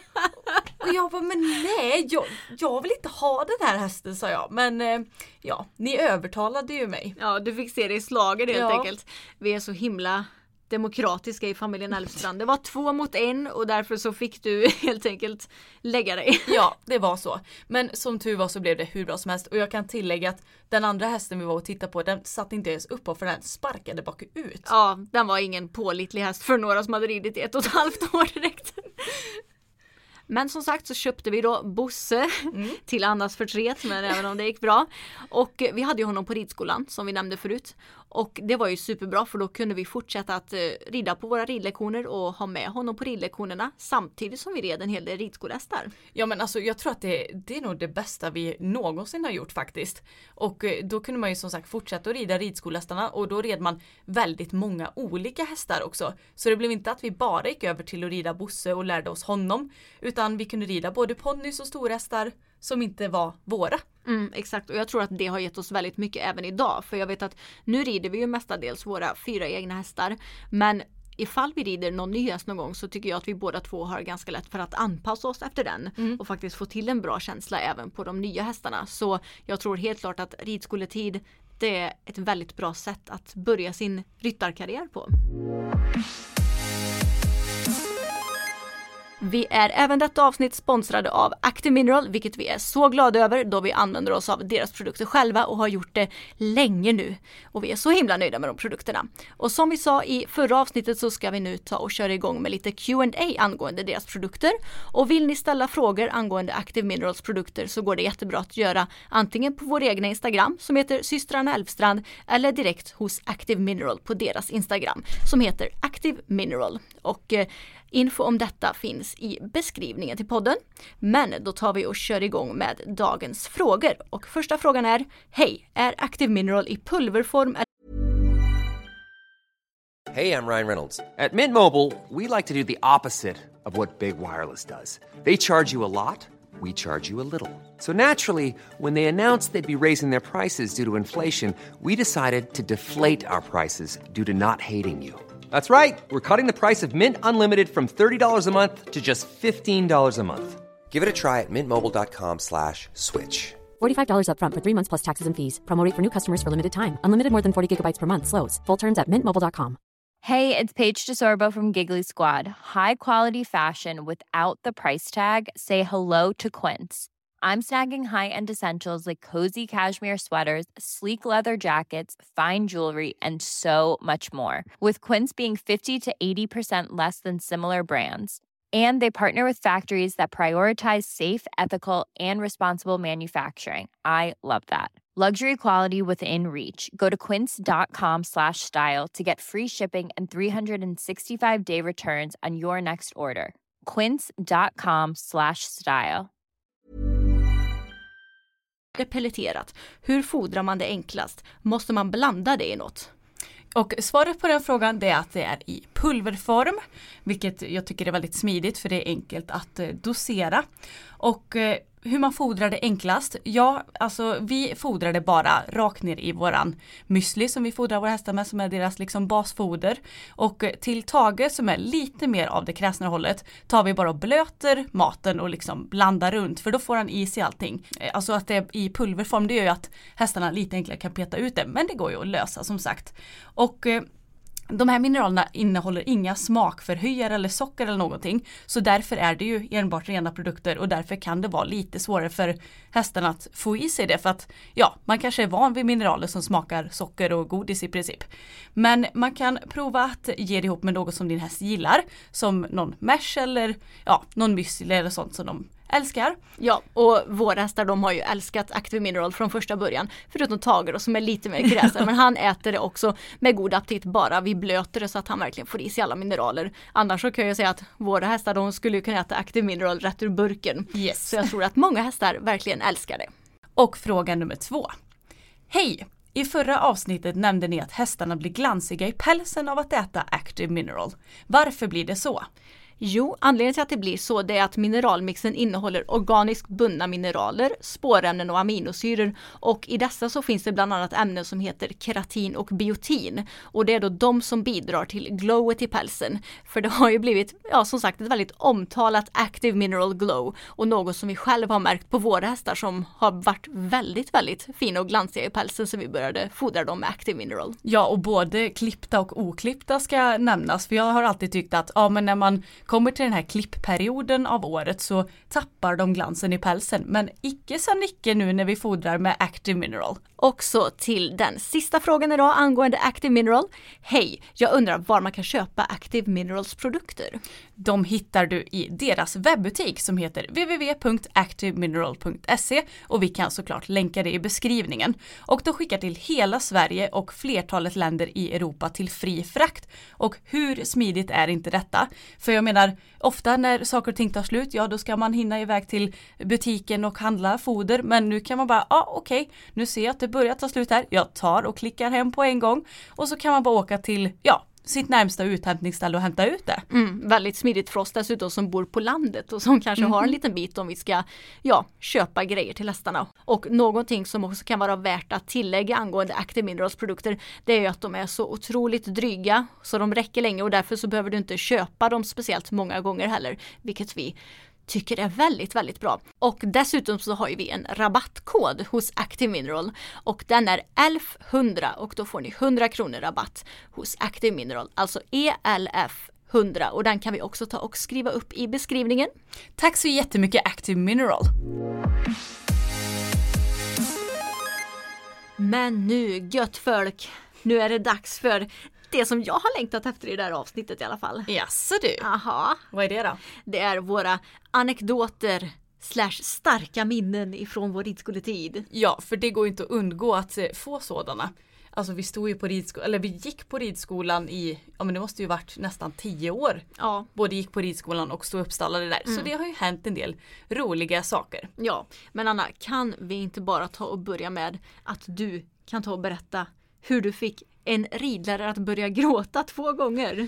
Och jag bara, men nej, jag vill inte ha den här hästen, sa jag. Men ni övertalade ju mig. Ja, du fick se det i slaget helt enkelt. Vi är så himla demokratiska i familjen Elfstrand. Det var 2 mot 1 och därför så fick du helt enkelt lägga dig. Ja, det var så. Men som tur var så blev det hur bra som helst. Och jag kan tillägga att den andra hästen vi var och tittade på, den satt inte ens upp för den sparkade bakut. Ja, den var ingen pålitlig häst för några som hade ridit i 1,5 år direkt. Men som sagt så köpte vi då Bosse till Annas förtret, men även om det gick bra. Och vi hade ju honom på ridskolan som vi nämnde förut. Och det var ju superbra för då kunde vi fortsätta att rida på våra ridlektioner och ha med honom på ridlektionerna samtidigt som vi red en hel del ridskolehästar. Ja men alltså jag tror att det är nog det bästa vi någonsin har gjort faktiskt. Och då kunde man ju som sagt fortsätta att rida ridskolehästarna och då red man väldigt många olika hästar också. Så det blev inte att vi bara gick över till att rida Bosse och lärde oss honom, utan vi kunde rida både ponnys och storhästar som inte var våra. Exakt, och jag tror att det har gett oss väldigt mycket även idag. För jag vet att nu rider vi ju mestadels våra 4 egna hästar. Men ifall vi rider någon ny häst någon gång så tycker jag att vi båda två har ganska lätt för att anpassa oss efter den. Och faktiskt få till en bra känsla även på de nya hästarna. Så jag tror helt klart att ridskoletid, det är ett väldigt bra sätt att börja sin ryttarkarriär på. Vi är även detta avsnitt sponsrade av Active Mineral, vilket vi är så glada över då vi använder oss av deras produkter själva och har gjort det länge nu. Och vi är så himla nöjda med de produkterna. Och som vi sa i förra avsnittet så ska vi nu ta och köra igång med lite Q&A angående deras produkter. Och vill ni ställa frågor angående Active Minerals produkter så går det jättebra att göra antingen på vår egna Instagram som heter Systrarna Elfstrand eller direkt hos Active Mineral på deras Instagram som heter Active Mineral. Och info om detta finns i beskrivningen till podden. Men då tar vi och kör igång med dagens frågor. Och första frågan är: hej, är Active Mineral i pulverform? Hey, I'm Ryan Reynolds. At Mint Mobile, we like to do the opposite of what Big Wireless does. They charge you a lot, we charge you a little. So naturally, when they announced they'd be raising their prices due to inflation, we decided to deflate our prices due to not hating you. That's right. We're cutting the price of Mint Unlimited from $30 a month to just $15 a month. Give it a try at mintmobile.com/switch. $45 up front for 3 months plus taxes and fees. Promo rate for new customers for limited time. Unlimited more than 40 gigabytes per month. Slows full terms at mintmobile.com. Hey, it's Paige DeSorbo from Giggly Squad. High quality fashion without the price tag. Say hello to Quince. I'm snagging high-end essentials like cozy cashmere sweaters, sleek leather jackets, fine jewelry, and so much more. With Quince being 50 to 80% less than similar brands. And they partner with factories that prioritize safe, ethical, and responsible manufacturing. I love that. Luxury quality within reach. Go to quince.com/style to get free shipping and 365-day returns on your next order. Quince.com/style. Pelleterat. Hur fodrar man det enklast? Måste man blanda det i något? Och svaret på den frågan det är att det är i pulverform, vilket jag tycker är väldigt smidigt för det är enkelt att dosera. Och hur man fodrar det enklast? Ja, alltså vi fodrar det bara rakt ner i våran müsli som vi fodrar våra hästar med, som är deras liksom basfoder. Och till Tage som är lite mer av det kräsna hållet tar vi bara och blöter maten och liksom blandar runt, för då får han i sig allting. Alltså att det är i pulverform, det gör ju att hästarna lite enklare kan peta ut det, men det går ju att lösa som sagt. Och de här mineralerna innehåller inga smakförhöjare eller socker eller någonting. Så därför är det ju enbart rena produkter och därför kan det vara lite svårare för hästarna att få i sig det. För att ja, man kanske är van vid mineraler som smakar socker och godis i princip. Men man kan prova att ge det ihop med något som din häst gillar. Som någon mesh eller ja, någon müsli eller sånt som de älskar. Ja, och våra hästar de har ju älskat Active Mineral från första början. Förutom Tager som är lite mer kräsen. Men han äter det också med god aptit, bara vi blöter det så att han verkligen får i sig alla mineraler. Annars så kan jag säga att våra hästar de skulle kunna äta Active Mineral rätt ur burken. Yes. Så jag tror att många hästar verkligen älskar det. Och fråga nummer 2. Hej! I förra avsnittet nämnde ni att hästarna blir glansiga i pälsen av att äta Active Mineral. Varför blir det så? Jo, anledningen till att det blir så det är att mineralmixen innehåller organiskt bundna mineraler, spårämnen och aminosyror. Och i dessa så finns det bland annat ämnen som heter keratin och biotin. Och det är då de som bidrar till glowet i pälsen. För det har ju blivit, som sagt, ett väldigt omtalat active mineral glow. Och något som vi själva har märkt på våra hästar som har varit väldigt, väldigt fina och glansiga i pälsen, så vi började fodra dem med active mineral. Ja, och både klippta och oklippta ska nämnas. För jag har alltid tyckt att men när man kommer till den här klippperioden av året så tappar de glansen i pälsen. Men icke sa Nicke nu när vi fodrar med active mineral. Också till den sista frågan idag angående active mineral. Hej, jag undrar var man kan köpa active minerals produkter. De hittar du i deras webbutik som heter www.activemineral.se och vi kan såklart länka det i beskrivningen. Och de skickar till hela Sverige och flertalet länder i Europa till fri frakt. Och hur smidigt är inte detta? För jag menar, ofta när saker och ting tar slut, då ska man hinna iväg till butiken och handla foder. Men nu kan man bara, okej, nu ser jag att det börjar ta slut här. Jag tar och klickar hem på en gång. Och så kan man bara åka till, sitt närmsta uthämtningsställe och hämta ut det. Väldigt smidigt för oss dessutom som bor på landet och som kanske har en liten bit om vi ska köpa grejer till hästarna. Och någonting som också kan vara värt att tillägga angående active minerals produkter, det är ju att de är så otroligt dryga så de räcker länge och därför så behöver du inte köpa dem speciellt många gånger heller, vilket vi tycker är väldigt, väldigt bra. Och dessutom så har vi en rabattkod hos Active Mineral och den är ELF100 och då får ni 100 kronor rabatt hos Active Mineral, alltså ELF100 och den kan vi också ta och skriva upp i beskrivningen. Tack så jättemycket Active Mineral. Men nu, gött folk, nu är det dags för det som jag har längtat efter i det här avsnittet i alla fall. Jaså du? Aha. Vad är det då? Det är våra anekdoter / starka minnen ifrån vår ridskoletid. Ja, för det går inte att undgå att få sådana. Alltså vi stod ju på ridskolan, eller vi gick på ridskolan i, men det måste ju varit nästan 10 år. Ja. Både gick på ridskolan och stod uppstallade där. Så det har ju hänt en del roliga saker. Ja, men Anna, kan vi inte bara ta och börja med att du kan ta och berätta hur du fick en ridlärare att börja gråta 2 gånger?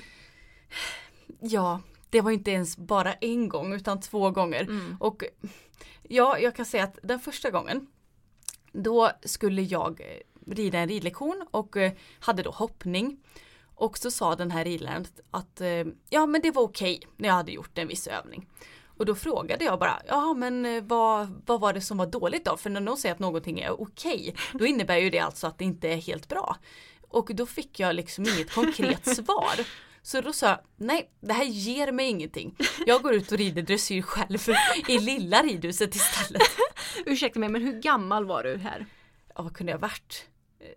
Ja, det var inte ens bara en gång utan 2 gånger. Och jag kan säga att den första gången då skulle jag rida en ridlektion och hade då hoppning. Och så sa den här ridläraren att men det var okej när jag hade gjort en viss övning. Och då frågade jag bara, men vad var det som var dåligt då? För när någon säger att någonting är okej, då innebär ju det alltså att det inte är helt bra. Och då fick jag liksom inget konkret svar. Så då sa jag, nej, det här ger mig ingenting. Jag går ut och rider dressyr själv i lilla ridhuset istället. Ursäkta mig, men hur gammal var du här? Ja, vad kunde jag ha varit?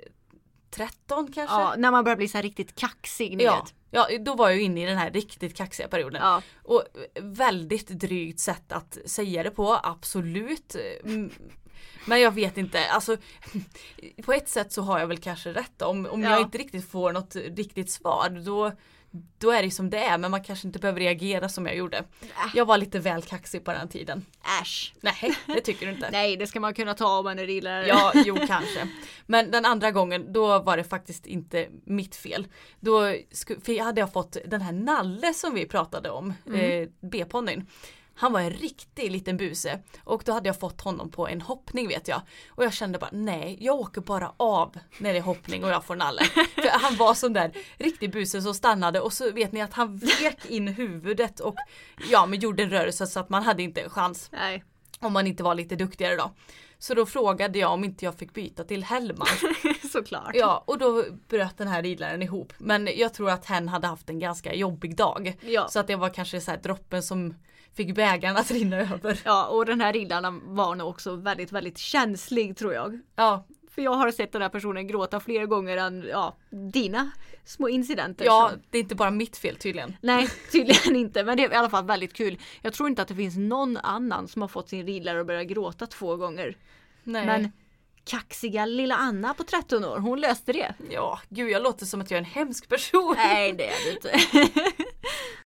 13 kanske? Ja, när man börjar bli så här riktigt kaxig, ni vet. Ja, då var jag inne i den här riktigt kaxiga perioden. Ja. Och väldigt drygt sätt att säga det på, absolut. Men jag vet inte, alltså på ett sätt så har jag väl kanske rätt. Om jag inte riktigt får något riktigt svar, då är det som det är. Men man kanske inte behöver reagera som jag gjorde. Jag var lite väl kaxig på den tiden. Äsch. Nej, det tycker du inte. Nej, det ska man kunna ta om man är ridlärare. Ja, jo kanske. Men den andra gången, då var det faktiskt inte mitt fel. Då hade jag fått den här Nalle som vi pratade om, B-ponnyn. Han var en riktig liten buse och då hade jag fått honom på en hoppning, vet jag. Och jag kände bara, nej, jag åker bara av när det är hoppning och jag får Nalle. För han var sån där riktig buse som stannade och så vet ni att han vek in huvudet och men gjorde en rörelse så att man hade inte en chans. Nej. Om man inte var lite duktigare då. Så då frågade jag om inte jag fick byta till Hellman. Såklart. Ja, och då bröt den här ridläraren ihop. Men jag tror att hen hade haft en ganska jobbig dag. Ja. Så att det var kanske så här droppen som fick bägaren att rinna över. Ja, och den här ridläraren var nog också väldigt, väldigt känslig, tror jag. Ja. För jag har sett den här personen gråta fler gånger än dina små incidenter. Ja, det är inte bara mitt fel tydligen. Nej, tydligen inte. Men det är i alla fall väldigt kul. Jag tror inte att det finns någon annan som har fått sin ridlärare att börja gråta 2 gånger. Nej. Men kaxiga lilla Anna på 13 år, hon löste det. Ja, gud, jag låter som att jag är en hemsk person. Nej, det är det inte.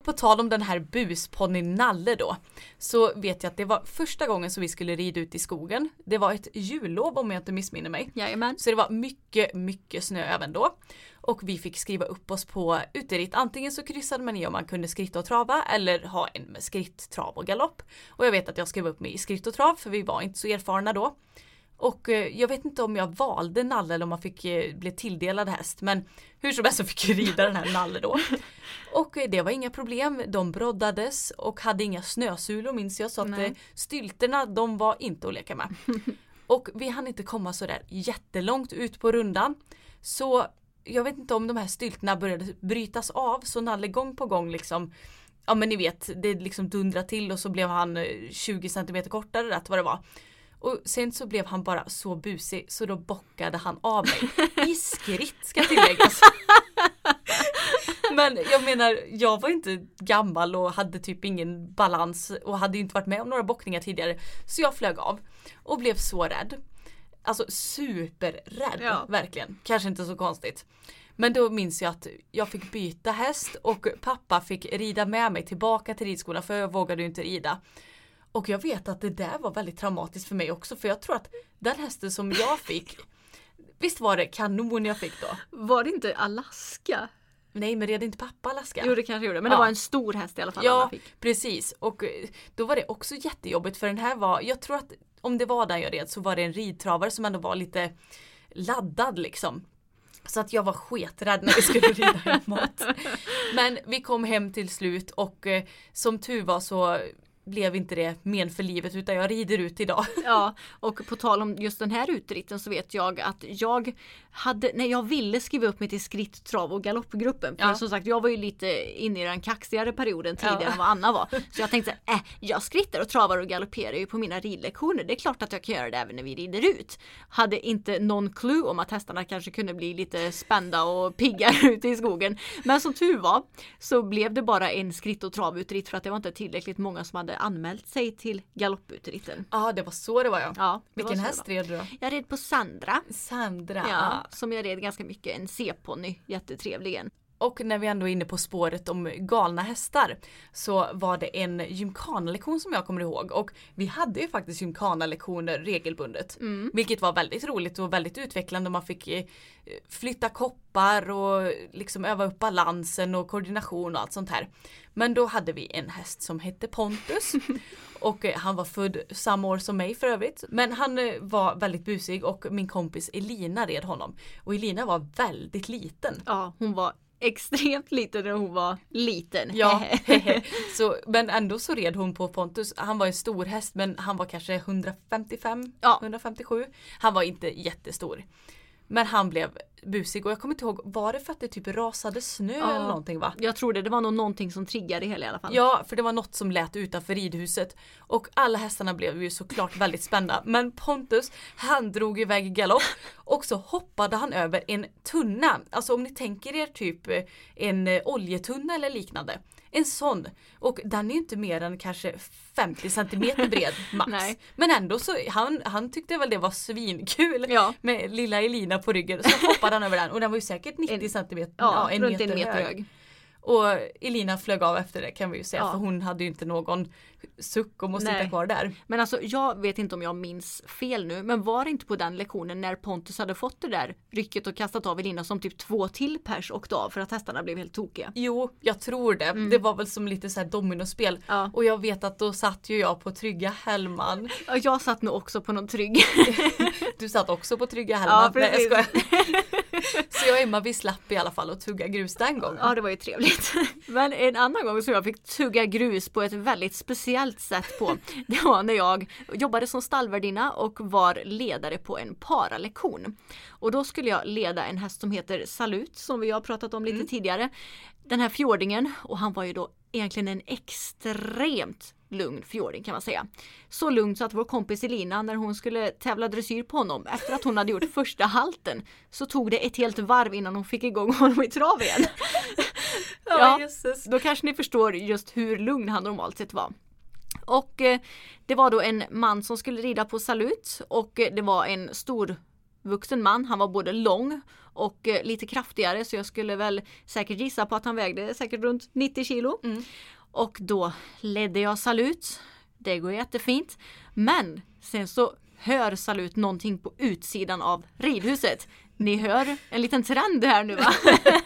på tal om den här busponnyn Nalle då, så vet jag att det var första gången som vi skulle rida ut i skogen. Det var ett jullov om jag inte missminner mig. Jajamän. Så det var mycket, mycket snö även då. Och vi fick skriva upp oss på uteritt. Antingen så kryssade man i om man kunde skritta och trava eller ha en med skritt, trav och galopp. Och jag vet att jag skrev upp mig i skritt och trav för vi var inte så erfarna då. Och jag vet inte om jag valde Nalle eller om man fick bli tilldelad häst. Men hur som helst så fick jag rida den här Nalle då. Och det var inga problem. De broddades och hade inga snösulor minns jag. Så att stylterna de var inte att leka med. Och vi hann inte komma så där jättelångt ut på rundan. Så jag vet inte om de här stylterna började brytas av. Så Nalle gång på gång liksom. Ja men ni vet det liksom dundrade till och så blev han 20 cm kortare rätt vad det var. Och sen så blev han bara så busig så då bockade han av mig. I skritt ska tilläggas. Men jag menar, jag var inte gammal och hade typ ingen balans och hade inte varit med om några bockningar tidigare. Så jag flög av och blev så rädd. Alltså superrädd, verkligen. Kanske inte så konstigt. Men då minns jag att jag fick byta häst och pappa fick rida med mig tillbaka till ridskolan för jag vågade ju inte rida. Och jag vet att det där var väldigt traumatiskt för mig också. För jag tror att den hästen som jag fick, visst var det kanon jag fick då? Var det inte Alaska? Nej, men red inte pappa Alaska? Jo, det kanske gjorde. Men det var en stor häst i alla fall. Ja, precis. Och då var det också jättejobbigt. För den här var, jag tror att om det var den jag red så var det en ridtravare som ändå var lite laddad liksom. Så att jag var sketrädd när vi skulle rida hemåt. Men vi kom hem till slut och som tur var så blev inte det men för livet utan jag rider ut idag. Ja, och på tal om just den här utritten så vet jag att jag ville skriva upp mig till skritt, trav och galoppgruppen. För som sagt, jag var ju lite inne i den kaxigare perioden tidigare än vad Anna var. Så jag tänkte, jag skrittar och travar och galopperar ju på mina ridlektioner. Det är klart att jag kan göra det även när vi rider ut. Hade inte någon clue om att hästarna kanske kunde bli lite spända och pigga ute i skogen. Men som tur var så blev det bara en skritt och travutritt för att det var inte tillräckligt många som hade anmält sig till galopputritten. Ja, det var så det var ja. Vilken häst red du då? Jag red på Sandra. Ja, som jag red ganska mycket. En C-ponny, jättetrevligen. Och när vi ändå är inne på spåret om galna hästar så var det en gymkhana-lektion som jag kommer ihåg. Och vi hade ju faktiskt gymkhana-lektioner regelbundet. Vilket var väldigt roligt och väldigt utvecklande. Man fick flytta koppar och liksom öva upp balansen och koordination och allt sånt här. Men då hade vi en häst som hette Pontus. Och han var född samma år som mig för övrigt. Men han var väldigt busig och min kompis Elina red honom. Och Elina var väldigt liten. Ja, hon var extremt liten när hon var liten. Ja, men ändå så red hon på Pontus. Han var en stor häst men han var kanske 155, 157. Han var inte jättestor. Men han blev busig och jag kommer inte ihåg, var det för att det typ rasade snö eller någonting va? Jag tror det var nog någonting som triggade det hela i alla fall. Ja, för det var något som lät utanför ridhuset och alla hästarna blev ju såklart väldigt spända. Men Pontus, han drog iväg i galopp och så hoppade han över en tunna. Alltså om ni tänker er typ en oljetunna eller liknande. En sån. Och den är ju inte mer än kanske 50 centimeter bred max. Nej. Men ändå så, han tyckte väl det var svinkul med lilla Elina på ryggen. Så hoppade han över den och den var ju säkert 90 centimeter. Ja, runt en meter hög. Och Elina flög av efter det kan vi ju säga. För hon hade ju inte någon suck om att sitta kvar där. Men alltså jag vet inte om jag minns fel nu. Men var det inte på den lektionen när Pontus hade fått det där rycket och kastat av Elina som typ 2 till pers åkte av för att hästarna blev helt tokiga? Jo, jag tror det. Det var väl som lite så här dominospel. Ja. Och jag vet att då satt ju jag på Trygga Hellman. Ja, jag satt nog också på någon trygg. Du satt också på Trygga Hellman. Ja, precis. Nej, jag skojar. Så jag och Emma vi slapp i alla fall att tugga grus den gången. Ja, det var ju trevligt. Men en annan gång så jag fick tugga grus på ett väldigt speciellt sätt på. Det var när jag jobbade som stallvärdinna och var ledare på en paralektion. Och då skulle jag leda en häst som heter Salut som vi har pratat om lite tidigare. Den här fjordingen, och han var ju då egentligen en extremt lugn fjording kan man säga. Så lugn så att vår kompis Elina när hon skulle tävla dressyr på honom efter att hon hade gjort första halten så tog det ett helt varv innan hon fick igång honom i trav igen. Då kanske ni förstår just hur lugn han normalt sett var. Och det var då en man som skulle rida på Salut och det var en stor vuxen man. Han var både lång och lite kraftigare, så jag skulle väl säkert gissa på att han vägde säkert runt 90 kilo. Och då ledde jag Salut. Det går jättefint. Men sen så hör Salut någonting på utsidan av ridhuset. Ni hör en liten trend här nu, va?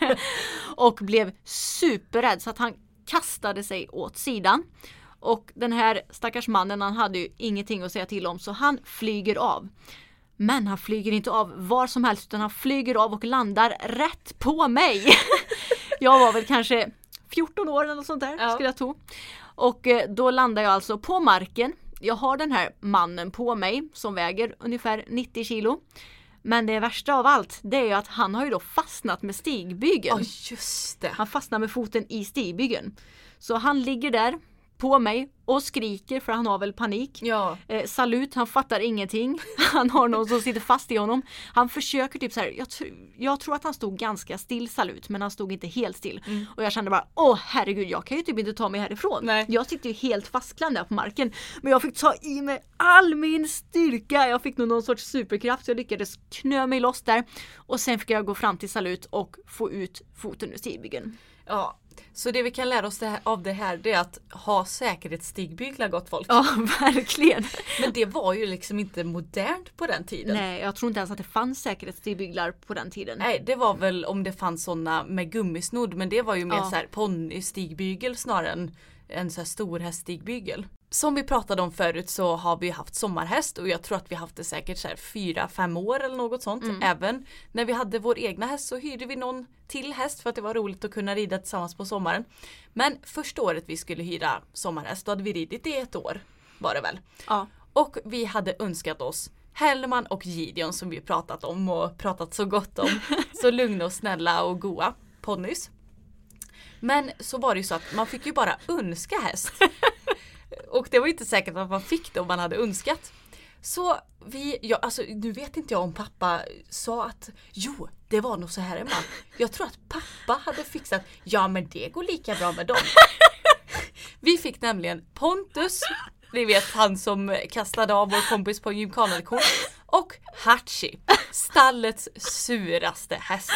Och blev superrädd så att han kastade sig åt sidan. Och den här stackars mannen, han hade ju ingenting att säga till om, så han flyger av. Men han flyger inte av var som helst, utan han flyger av och landar rätt på mig. Jag var väl kanske 14 år eller något sånt där, skulle jag tro. Och då landar jag alltså på marken. Jag har den här mannen på mig som väger ungefär 90 kilo. Men det värsta av allt, det är ju att han har ju då fastnat med stigbygeln. Just det. Han fastnar med foten i stigbygeln. Så han ligger där på mig och skriker, för han har väl panik. Ja. Salut, han fattar ingenting. Han har någon som sitter fast i honom. Han försöker typ så här, jag tror att han stod ganska still, Salut, men han stod inte helt still. Och jag kände bara, herregud, jag kan ju typ inte ta mig härifrån. Nej. Jag sitter ju helt fastklämd där på marken. Men jag fick ta i mig all min styrka. Jag fick nog någon sorts superkraft, så jag lyckades knö mig loss där. Och sen fick jag gå fram till Salut och få ut foten ur stigbygeln. Ja. Så det vi kan lära oss av det här, det är att ha säkerhetsstigbygglar, gott folk. Ja, verkligen. Men det var ju liksom inte modernt på den tiden. Nej, jag tror inte ens att det fanns säkerhetsstigbygglar på den tiden. Nej, det var väl om det fanns sådana med gummisnodd, men det var ju mer så här ponnystigbyggel snarare än en så här stor häststigbyggel. Som vi pratade om förut så har vi haft sommarhäst, och jag tror att vi haft det säkert så här 4-5 år eller något sånt. Även när vi hade vår egna häst så hyrde vi någon till häst för att det var roligt att kunna rida tillsammans på sommaren. Men första året vi skulle hyra sommarhäst, då hade vi ridit i 1 år, var det väl. Ja. Och vi hade önskat oss Hellman och Gideon, som vi pratat om och pratat så gott om. Så lugna och snälla och goa ponnys. Men så var det ju så att man fick ju bara önska häst. Och det var inte säkert att man fick det om man hade önskat. Så nu vet inte jag om pappa sa att det var nog så här, Emma. Jag tror att pappa hade fixat, men det går lika bra med dem. Vi fick nämligen Pontus, ni vet han som kastade av vår kompis på en gymkanalektion, och Hachi, stallets suraste häst.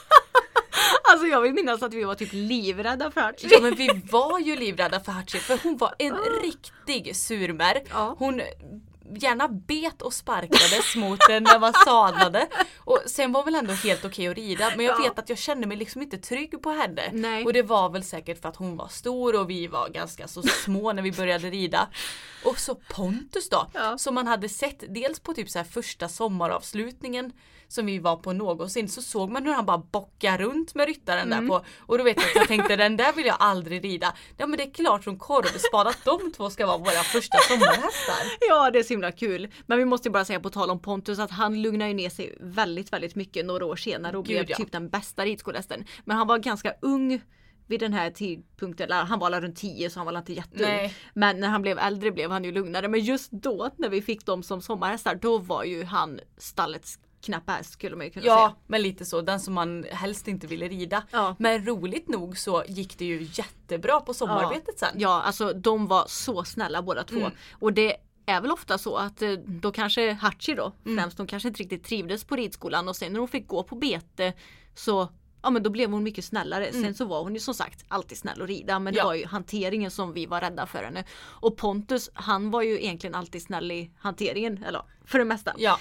Alltså jag vill minnas att vi var typ livrädda för Hachi. Ja, men vi var ju livrädda för Hachi, för hon var en riktig surmär. Ja. Hon gärna bet och sparkades mot den när man sadlade. Och sen var väl ändå helt okej att rida. Men jag vet att jag kände mig liksom inte trygg på henne. Nej. Och det var väl säkert för att hon var stor och vi var ganska så små när vi började rida. Och så Pontus då, som man hade sett dels på typ så här första sommaravslutningen som vi var på någonsin, så såg man hur han bara bockar runt med ryttaren där på. Och då vet jag att jag tänkte, den där vill jag aldrig rida. Ja, men det är klart som korvspad att de två ska vara våra första sommarhästar. Ja, det är så himla kul. Men vi måste ju bara säga på tal om Pontus att han lugnade ju ner sig väldigt, väldigt mycket några år senare och blev typ den bästa ridskolästen. Men han var ganska ung vid den här tidpunkten, eller han var runt 10 så han var inte jätteung. Nej. Men när han blev äldre blev han ju lugnare. Men just då, när vi fick dem som sommarhästar, då var ju han stallets knappa häst, skulle man ju kunna säga. Ja, men lite så. Den som man helst inte ville rida. Ja. Men roligt nog så gick det ju jättebra på sommararbetet sen. Ja, alltså de var så snälla båda två. Och det är väl ofta så att då kanske Hachi då, främst de kanske inte riktigt trivdes på ridskolan, och sen när hon fick gå på bete så men då blev hon mycket snällare. Sen så var hon ju som sagt alltid snäll att rida, men det var ju hanteringen som vi var rädda för henne. Och Pontus, han var ju egentligen alltid snäll i hanteringen, eller för det mesta. Ja.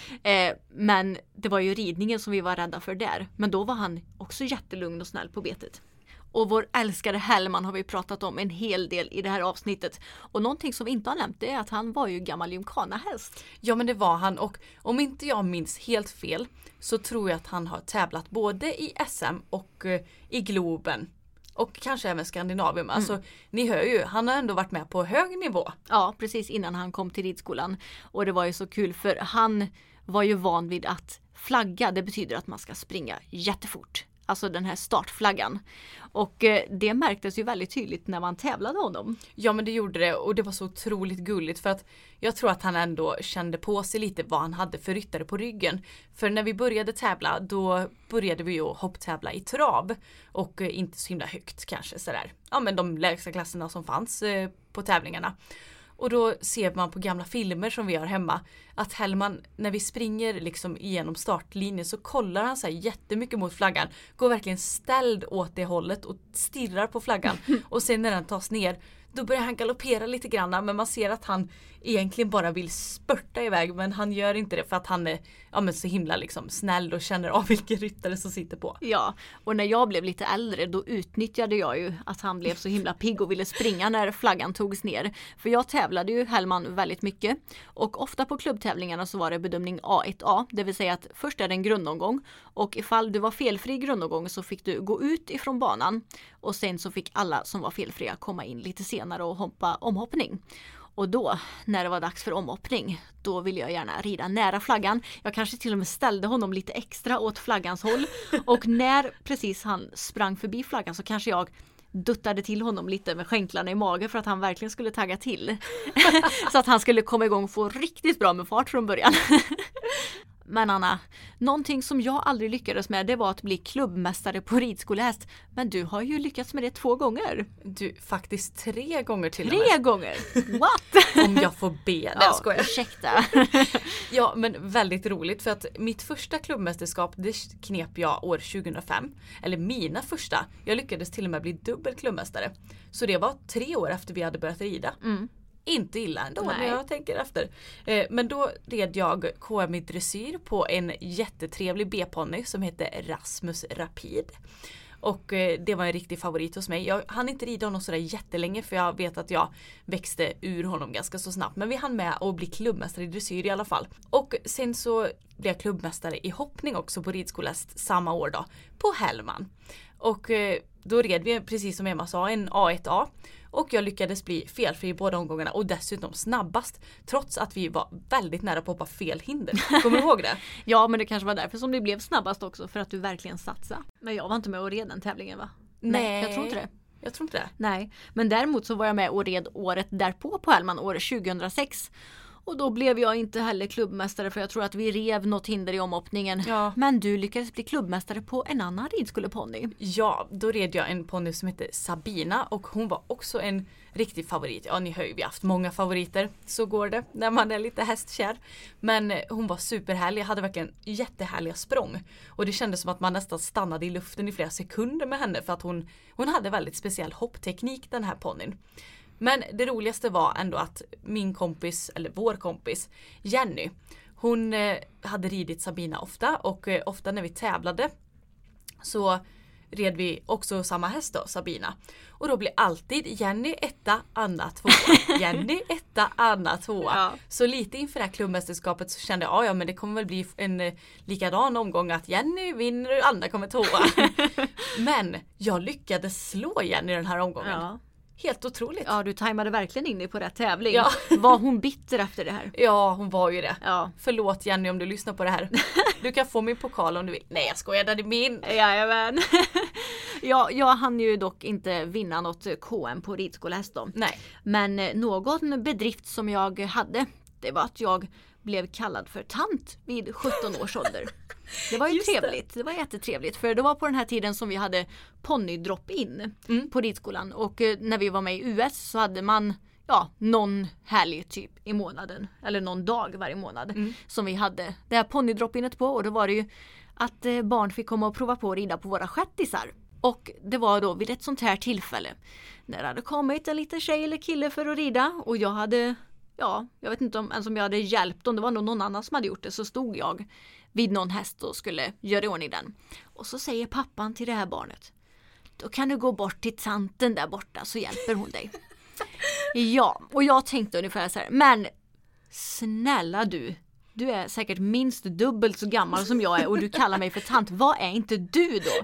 Men det var ju ridningen som vi var rädda för där. Men då var han också jättelugn och snäll på betet. Och vår älskade Hellman har vi pratat om en hel del i det här avsnittet. Och någonting som vi inte har nämnt är att han var ju gammal gymkana-häst. Ja, men det var han. Och om inte jag minns helt fel så tror jag att han har tävlat både i SM och i Globen. Och kanske även Skandinavien. Alltså, ni hör ju, han har ändå varit med på hög nivå. Ja, precis innan han kom till ridskolan. Och det var ju så kul, för han var ju van vid att flagga. Det betyder att man ska springa jättefort. Alltså den här startflaggan. Och det märktes ju väldigt tydligt när man tävlade honom. Ja, men det gjorde det, och det var så otroligt gulligt, för att jag tror att han ändå kände på sig lite vad han hade för ryttare på ryggen. För när vi började tävla, då började vi ju hopptävla i trav och inte så himla högt kanske sådär. Ja, men de lägsta klasserna som fanns på tävlingarna. Och då ser man på gamla filmer som vi har hemma att Hellman, när vi springer liksom igenom startlinjen, så kollar han så här jättemycket mot flaggan. Går verkligen ställd åt det hållet och stirrar på flaggan. Och sen när den tas ner, då börjar han galoppera lite grann, men man ser att han egentligen bara vill spurta iväg, men han gör inte det för att han är så himla liksom snäll och känner av vilken ryttare som sitter på. Ja, och när jag blev lite äldre då utnyttjade jag ju att han blev så himla pigg och ville springa när flaggan togs ner. För jag tävlade ju Hellman väldigt mycket och ofta på klubbtävlingarna så var det bedömning A1A, det vill säga att först är det en grundomgång och ifall du var felfri i grundomgång så fick du gå ut ifrån banan och sen så fick alla som var felfria komma in lite senare och hoppa omhoppning. Och då, när det var dags för omhoppning, då ville jag gärna rida nära flaggan. Jag kanske till och med ställde honom lite extra åt flaggans håll. Och när precis han sprang förbi flaggan så kanske jag duttade till honom lite med skänklarna i magen för att han verkligen skulle tagga till. Så att han skulle komma igång och få riktigt bra med fart från början. Men Anna, någonting som jag aldrig lyckades med, det var att bli klubbmästare på ridskolehäst. Men du har ju lyckats med det 2 gånger. Du, faktiskt 3 gånger till 3 gånger? What? Om jag får be. Nej, jag skojar. Ursäkta. Ja, men väldigt roligt för att mitt första klubbmästerskap, det knep jag år 2005. Eller mina första. Jag lyckades till och med bli dubbel klubbmästare. Så det var 3 år efter vi hade börjat rida. Inte illa ändå när jag tänker efter. Men då red jag KM i dressyr på en jättetrevlig B-ponny som heter Rasmus Rapid. Och det var en riktig favorit hos mig. Jag hann inte rida honom sådär jättelänge för jag vet att jag växte ur honom ganska så snabbt. Men vi hann med att bli klubbmästare i dressyr i alla fall. Och sen så blev jag klubbmästare i hoppning också på ridskolehäst samma år då. På Hellman. Och då red vi, precis som Emma sa, en A1A. Och jag lyckades bli felfri i båda omgångarna och dessutom snabbast. Trots att vi var väldigt nära på att hoppa fel hinder. Kommer du ihåg det? Ja, men det kanske var därför som det blev snabbast också. För att du verkligen satsade. Men jag var inte med och red den tävlingen, va? Nej, jag tror inte det. Jag tror inte det. Nej, men däremot så var jag med och red året därpå på Hellman, år 2006. Och då blev jag inte heller klubbmästare för jag tror att vi rev något hinder i omhoppningen. Ja. Men du lyckades bli klubbmästare på en annan ridskoleponny. Ja, då red jag en ponny som heter Sabina och hon var också en riktig favorit. Ja, ni har ju haft många favoriter. Så går det när man är lite hästkär. Men hon var superhärlig. Jag hade verkligen jättehärliga språng. Och det kändes som att man nästan stannade i luften i flera sekunder med henne för att hon hade väldigt speciell hoppteknik, den här ponnyn. Men det roligaste var ändå att min kompis, eller vår kompis, Jenny, hon hade ridit Sabina ofta och ofta när vi tävlade så red vi också samma häst då, Sabina. Och då blir alltid Jenny 1, Anna 2. Jenny 1, Anna 2. Ja. Så lite inför det här klubbmästerskapet så kände jag, ja men det kommer väl bli en likadan omgång att Jenny vinner och Anna kommer 2. Men jag lyckades slå Jenny den här omgången. Ja. Helt otroligt. Ja, du tajmade verkligen in dig på rätt tävling. Ja. Var hon bitter efter det här? Ja, hon var ju det. Ja. Förlåt Jenny om du lyssnar på det här. Du kan få min pokal om du vill. Nej, jag skojar, det är min. Jajamän. Ja, jag hann ju dock inte vinna något KM på ridskolehäst då. Nej. Men någon bedrift som jag hade, det var att jag blev kallad för tant vid 17 års ålder. Det var ju trevligt. Det var jättetrevligt. För det var på den här tiden som vi hade ponnydrop-in på ridskolan. Och när vi var med i US så hade man någon härlig typ i månaden. Eller någon dag varje månad. Som vi hade det här ponnydrop-inet på. Och då var det ju att barn fick komma och prova på att rida på våra stjärtisar. Och det var då vid ett sånt här tillfälle. När det hade kommit en liten tjej eller kille för att rida. Och jag hade... Ja, jag vet inte om jag hade hjälpt om det var någon annan som hade gjort det, så stod jag vid någon häst och skulle göra i ordning den. Och så säger pappan till det här barnet: då kan du gå bort till tanten där borta så hjälper hon dig. Ja, och jag tänkte ungefär så här, men snälla du är säkert minst dubbelt så gammal som jag är och du kallar mig för tant. Vad är inte du då?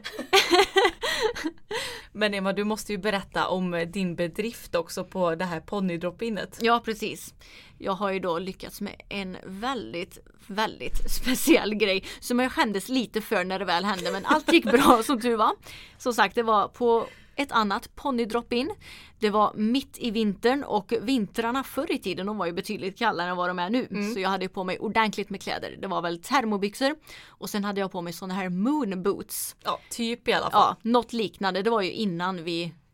Men Emma, du måste ju berätta om din bedrift också på det här ponnydrop-inet. Ja, precis. Jag har ju då lyckats med en väldigt, väldigt speciell grej som jag skämdes lite för när det väl hände. Men allt gick bra som tur var. Som sagt, det var på ett annat ponnydrop-in. Det var mitt i vintern och vintrarna förr i tiden de var ju betydligt kallare än vad de är nu. Så jag hade på mig ordentligt med kläder. Det var väl termobyxor och sen hade jag på mig såna här moon boots. Ja, typ i alla fall. Ja, något liknande. Det var ju innan vi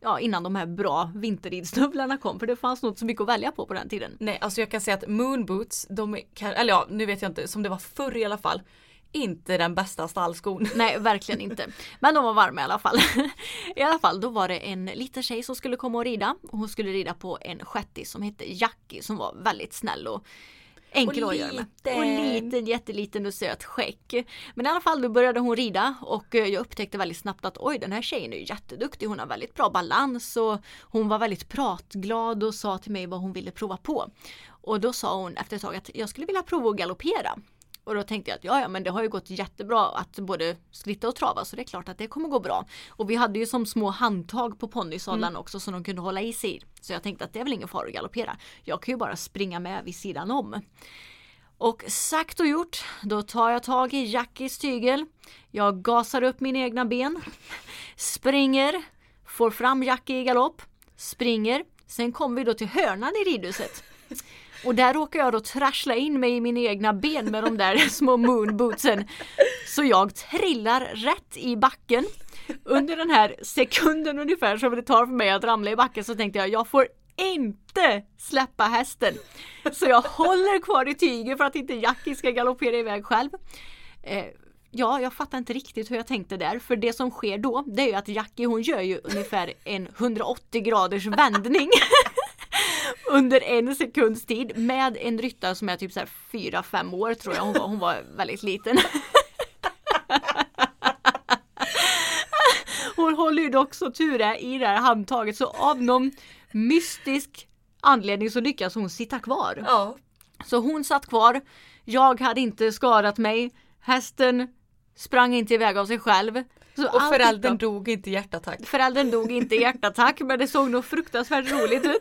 innan de här bra vinterridstövlarna kom. För det fanns något så mycket att välja på den tiden. Nej, alltså jag kan säga att moonboots, nu vet jag inte, som det var förr i alla fall, inte den bästa stallskon. Nej, verkligen inte. Men de var varma i alla fall. I alla fall, då var det en liten tjej som skulle komma och rida. Hon skulle rida på en shettis som hette Jackie, som var väldigt snäll och enkel att göra med. Och liten, jätteliten och söt skäck. Men i alla fall, då började hon rida och jag upptäckte väldigt snabbt att den här tjejen är ju jätteduktig. Hon har väldigt bra balans och hon var väldigt pratglad och sa till mig vad hon ville prova på. Och då sa hon efter ett tag att jag skulle vilja prova att galoppera. Och då tänkte jag att men det har ju gått jättebra att både skritta och trava, så det är klart att det kommer gå bra. Och vi hade ju som små handtag på ponnysadlarna också som de kunde hålla i sig. Så jag tänkte att det är väl ingen fara att galoppera. Jag kan ju bara springa med vid sidan om. Och sagt och gjort, då tar jag tag i Jackies tygel. Jag gasar upp mina egna ben. Springer, får fram Jackie i galopp. Springer, sen kommer vi då till hörnan i ridhuset. Och där råkar jag då trassla in mig i mina egna ben med de där små moonbootsen. Så jag trillar rätt i backen. Under den här sekunden ungefär som det tar för mig att ramla i backen, så tänkte jag får inte släppa hästen. Så jag håller kvar i tygen för att inte Jackie ska galoppera iväg själv. Jag fattar inte riktigt hur jag tänkte där. För det som sker då, det är ju att Jackie, hon gör ju ungefär en 180 graders vändning. Under en sekunds tid med en ryttare som är typ så här 4-5 år tror jag. Hon var väldigt liten. Hon håller ju dock så tur i det här handtaget, så av någon mystisk anledning så lyckas hon sitta kvar. Ja. Så hon satt kvar. Jag hade inte skadat mig. Hästen sprang inte iväg av sig själv. Så och föräldern dog inte i hjärtattack. Föräldern dog inte i hjärtattack, men det såg nog fruktansvärt roligt ut.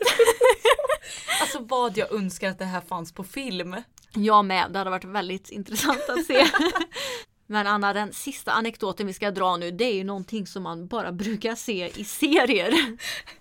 Alltså vad jag önskar att det här fanns på film. Jag med, det hade varit väldigt intressant att se. Men Anna, den sista anekdoten vi ska dra nu, det är ju någonting som man bara brukar se i serier.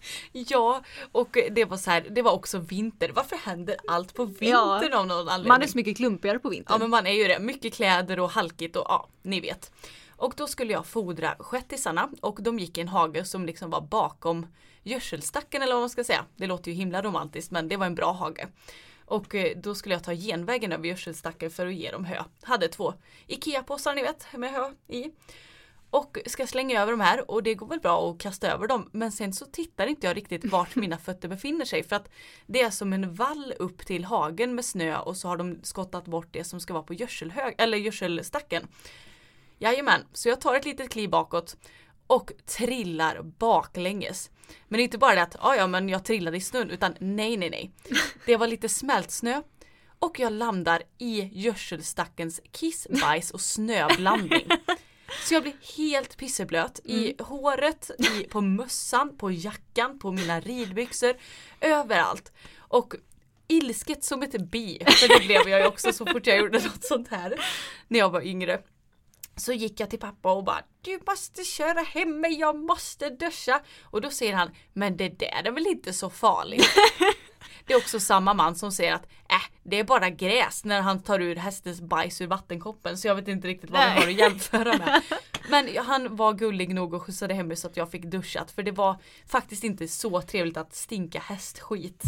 Ja, och det var så här, det var också vinter. Varför händer allt på vintern av någon anledning? Man är så mycket klumpigare på vintern. Ja, men man är ju det. Mycket kläder och halkigt och ni vet. Och då skulle jag fodra shettisarna och de gick i en hage som liksom var bakom gödselstacken eller vad man ska säga. Det låter ju himla romantiskt, men det var en bra hage. Och då skulle jag ta genvägen över gödselstacken för att ge dem hö. Hade 2 Ikea-påsar ni vet med hö i. Och ska slänga över de här och det går väl bra att kasta över dem. Men sen så tittar inte jag riktigt vart mina fötter befinner sig. För att det är som en vall upp till hagen med snö och så har de skottat bort det som ska vara på gödselstacken. Jajamän, så jag tar ett litet kliv bakåt och trillar baklänges. Men det är inte bara det att men jag trillade i snön, utan nej. Det var lite smältsnö och jag landar i gödselstackens kiss, bajs och snöblandning. Så jag blir helt pisseblöt i håret, på mössan, på jackan, på mina ridbyxor, överallt. Och ilsket som ett bi, för det blev jag ju också så fort jag gjorde något sånt här när jag var yngre. Så gick jag till pappa och bara, du måste köra hem mig, jag måste duscha. Och då säger han, men det där är väl inte så farligt. Det är också samma man som säger att det är bara gräs när han tar ur hästens bajs ur vattenkoppen. Så jag vet inte riktigt vad det har att jämföra med. Men han var gullig nog och skjutsade hem mig så att jag fick duschat. För det var faktiskt inte så trevligt att stinka hästskit.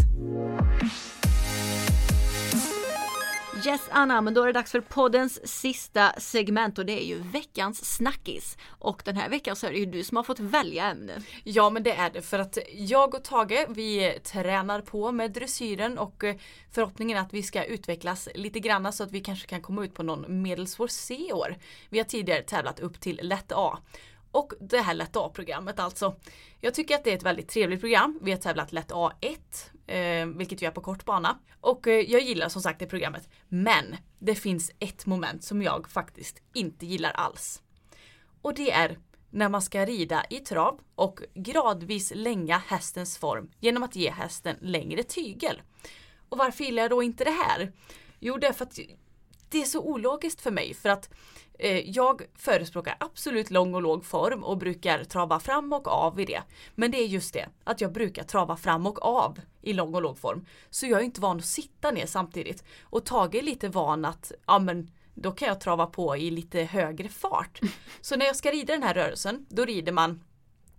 Yes Anna, men då är det dags för poddens sista segment och det är ju veckans snackis. Och den här veckan så är det ju du som har fått välja ämne. Ja, men det är det för att jag och Tage, vi tränar på med dressyren och förhoppningen är att vi ska utvecklas lite grann så att vi kanske kan komma ut på någon medelsvår C-år. Vi har tidigare tävlat upp till lätt A. Och det här lätt A-programmet alltså. Jag tycker att det är ett väldigt trevligt program. Vi har tävlat lätt A1, vilket vi är på kort bana. Och jag gillar som sagt det programmet. Men det finns ett moment som jag faktiskt inte gillar alls. Och det är när man ska rida i trav och gradvis länga hästens form genom att ge hästen längre tygel. Och varför gillar jag då inte det här? Jo, det är för att det är så ologiskt för mig. För att jag förespråkar absolut lång och låg form och brukar trava fram och av i det. Men det är just det, att jag brukar trava fram och av i lång och låg form. Så jag är inte van att sitta ner samtidigt. Och Tage är lite van att, då kan jag trava på i lite högre fart. Så när jag ska rida den här rörelsen, då rider man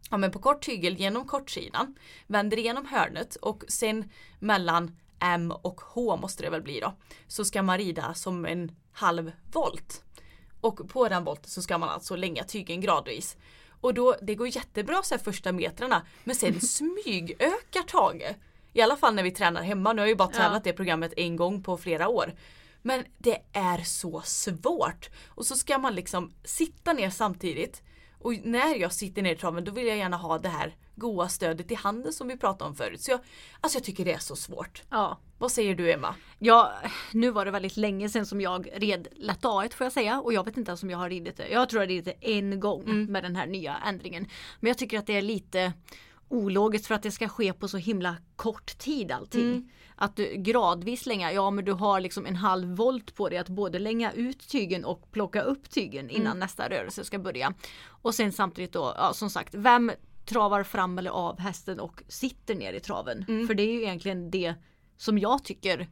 på kort tygel genom kortsidan, vänder igenom hörnet och sen mellan M och H måste det väl bli då, så ska man rida som en halv volt. Och på den volten så ska man alltså länga tygen gradvis. Och då, det går jättebra så här första metrarna, men sen smygökar Tage. I alla fall när vi tränar hemma. Nu har jag ju bara tränat det programmet en gång på flera år. Men det är så svårt. Och så ska man liksom sitta ner samtidigt. Och när jag sitter ner i traven, då vill jag gärna ha det här goda stödet i handen som vi pratade om förut. Så jag tycker det är så svårt. Ja. Vad säger du, Emma? Ja, nu var det väldigt länge sedan som jag red lätt A1 får jag säga. Och jag vet inte ens om jag har ridit det. Jag tror jag har ridit det en gång med den här nya ändringen. Men jag tycker att det är lite ologiskt för att det ska ske på så himla kort tid allting. Att du gradvis länga, men du har liksom en halv volt på dig att både länga ut tygen och plocka upp tygen innan nästa rörelse ska börja. Och sen samtidigt då, som sagt, vem travar fram eller av hästen och sitter ner i traven? För det är ju egentligen det som jag tycker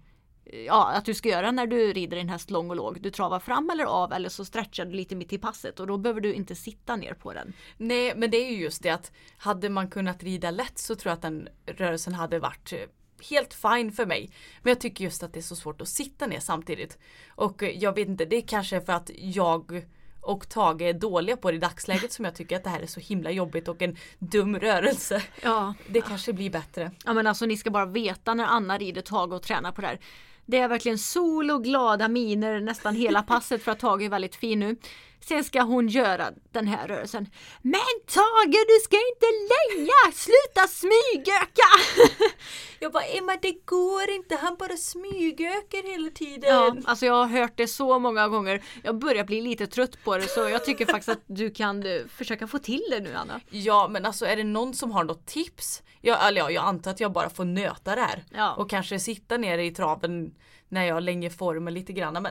att du ska göra när du rider en häst lång och låg. Du travar fram eller av, eller så stretchar du lite mitt i passet och då behöver du inte sitta ner på den. Nej, men det är ju just det att hade man kunnat rida lätt så tror jag att den rörelsen hade varit helt fine för mig. Men jag tycker just att det är så svårt att sitta ner samtidigt. Och jag vet inte, det är kanske för att jag och Tage är dåliga på det i dagsläget som jag tycker att det här är så himla jobbigt och en dum rörelse. Ja. Det kanske blir bättre. Ja, men alltså ni ska bara veta när Anna rider Tage och tränar på det här. Det är verkligen sol och glada miner nästan hela passet för att Tage är väldigt fin nu. Sen ska hon göra den här rörelsen. Men Tage, du ska inte länga! Sluta smygöka! Jag bara, Emma, det går inte. Han bara smygöker hela tiden. Ja, alltså jag har hört det så många gånger. Jag börjar bli lite trött på det, så jag tycker faktiskt att du kan försöka få till det nu, Anna. Ja, men alltså är det någon som har något tips? Jag antar att jag bara får nöta det här. Ja. Och kanske sitta ner i traven när jag länger formen lite grann. Men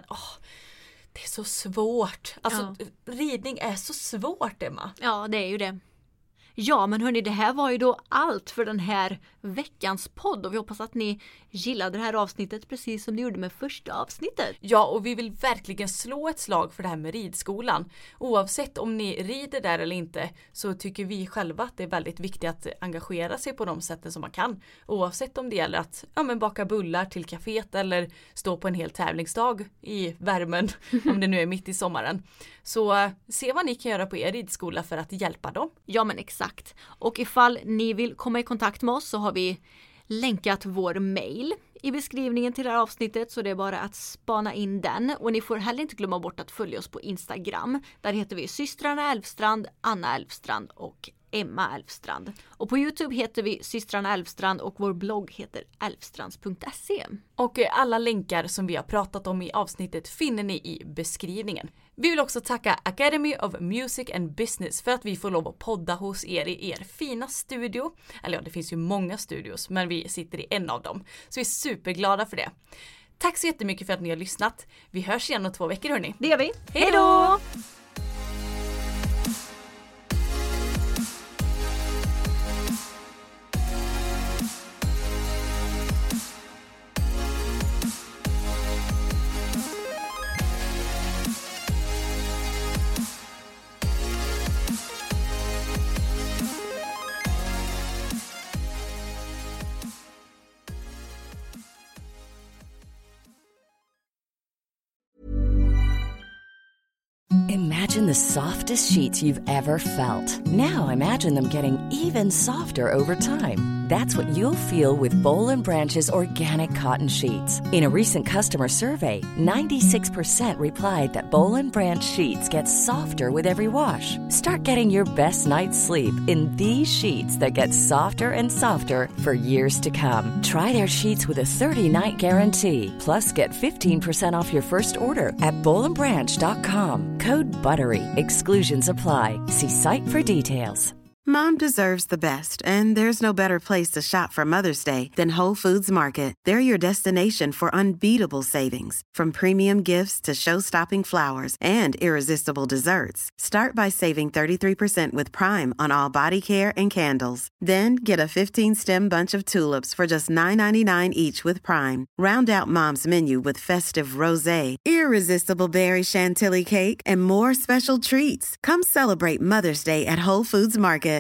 det är så svårt. Alltså ridning är så svårt, Emma. Ja, det är ju det. Ja, men hörni, det här var ju då allt för den här veckans podd och vi hoppas att ni gillade det här avsnittet precis som ni gjorde med första avsnittet. Ja, och vi vill verkligen slå ett slag för det här med ridskolan. Oavsett om ni rider där eller inte så tycker vi själva att det är väldigt viktigt att engagera sig på de sätten som man kan. Oavsett om det gäller att baka bullar till kaféet eller stå på en hel tävlingsdag i värmen om det nu är mitt i sommaren. Så se vad ni kan göra på er ridskola för att hjälpa dem. Ja, men exakt. Och ifall ni vill komma i kontakt med oss så har vi länkat vår mail i beskrivningen till det här avsnittet, så det är bara att spana in den. Och ni får heller inte glömma bort att följa oss på Instagram. Där heter vi Systrarna Elfstrand, Anna Elfstrand och Emma Elfstrand. Och på YouTube heter vi Systrarna Elfstrand och vår blogg heter elfstrands.se. Och alla länkar som vi har pratat om i avsnittet finner ni i beskrivningen. Vi vill också tacka Academy of Music and Business för att vi får lov att podda hos er i er fina studio. Eller det finns ju många studios, men vi sitter i en av dem. Så vi är superglada för det. Tack så jättemycket för att ni har lyssnat. Vi hörs igen om 2 veckor, hörni. Det gör vi. Hej då! Imagine the softest sheets you've ever felt. Now imagine them getting even softer over time. That's what you'll feel with Boll & Branch's organic cotton sheets. In a recent customer survey, 96% replied that Boll & Branch sheets get softer with every wash. Start getting your best night's sleep in these sheets that get softer and softer for years to come. Try their sheets with a 30-night guarantee. Plus, get 15% off your first order at bollandbranch.com. Code BUTTERY. Exclusions apply. See site for details. Mom deserves the best, and there's no better place to shop for Mother's Day than Whole Foods Market. They're your destination for unbeatable savings, from premium gifts to show-stopping flowers and irresistible desserts. Start by saving 33% with Prime on all body care and candles. Then get a 15-stem bunch of tulips for just $9.99 each with Prime. Round out Mom's menu with festive rosé, irresistible berry chantilly cake, and more special treats. Come celebrate Mother's Day at Whole Foods Market.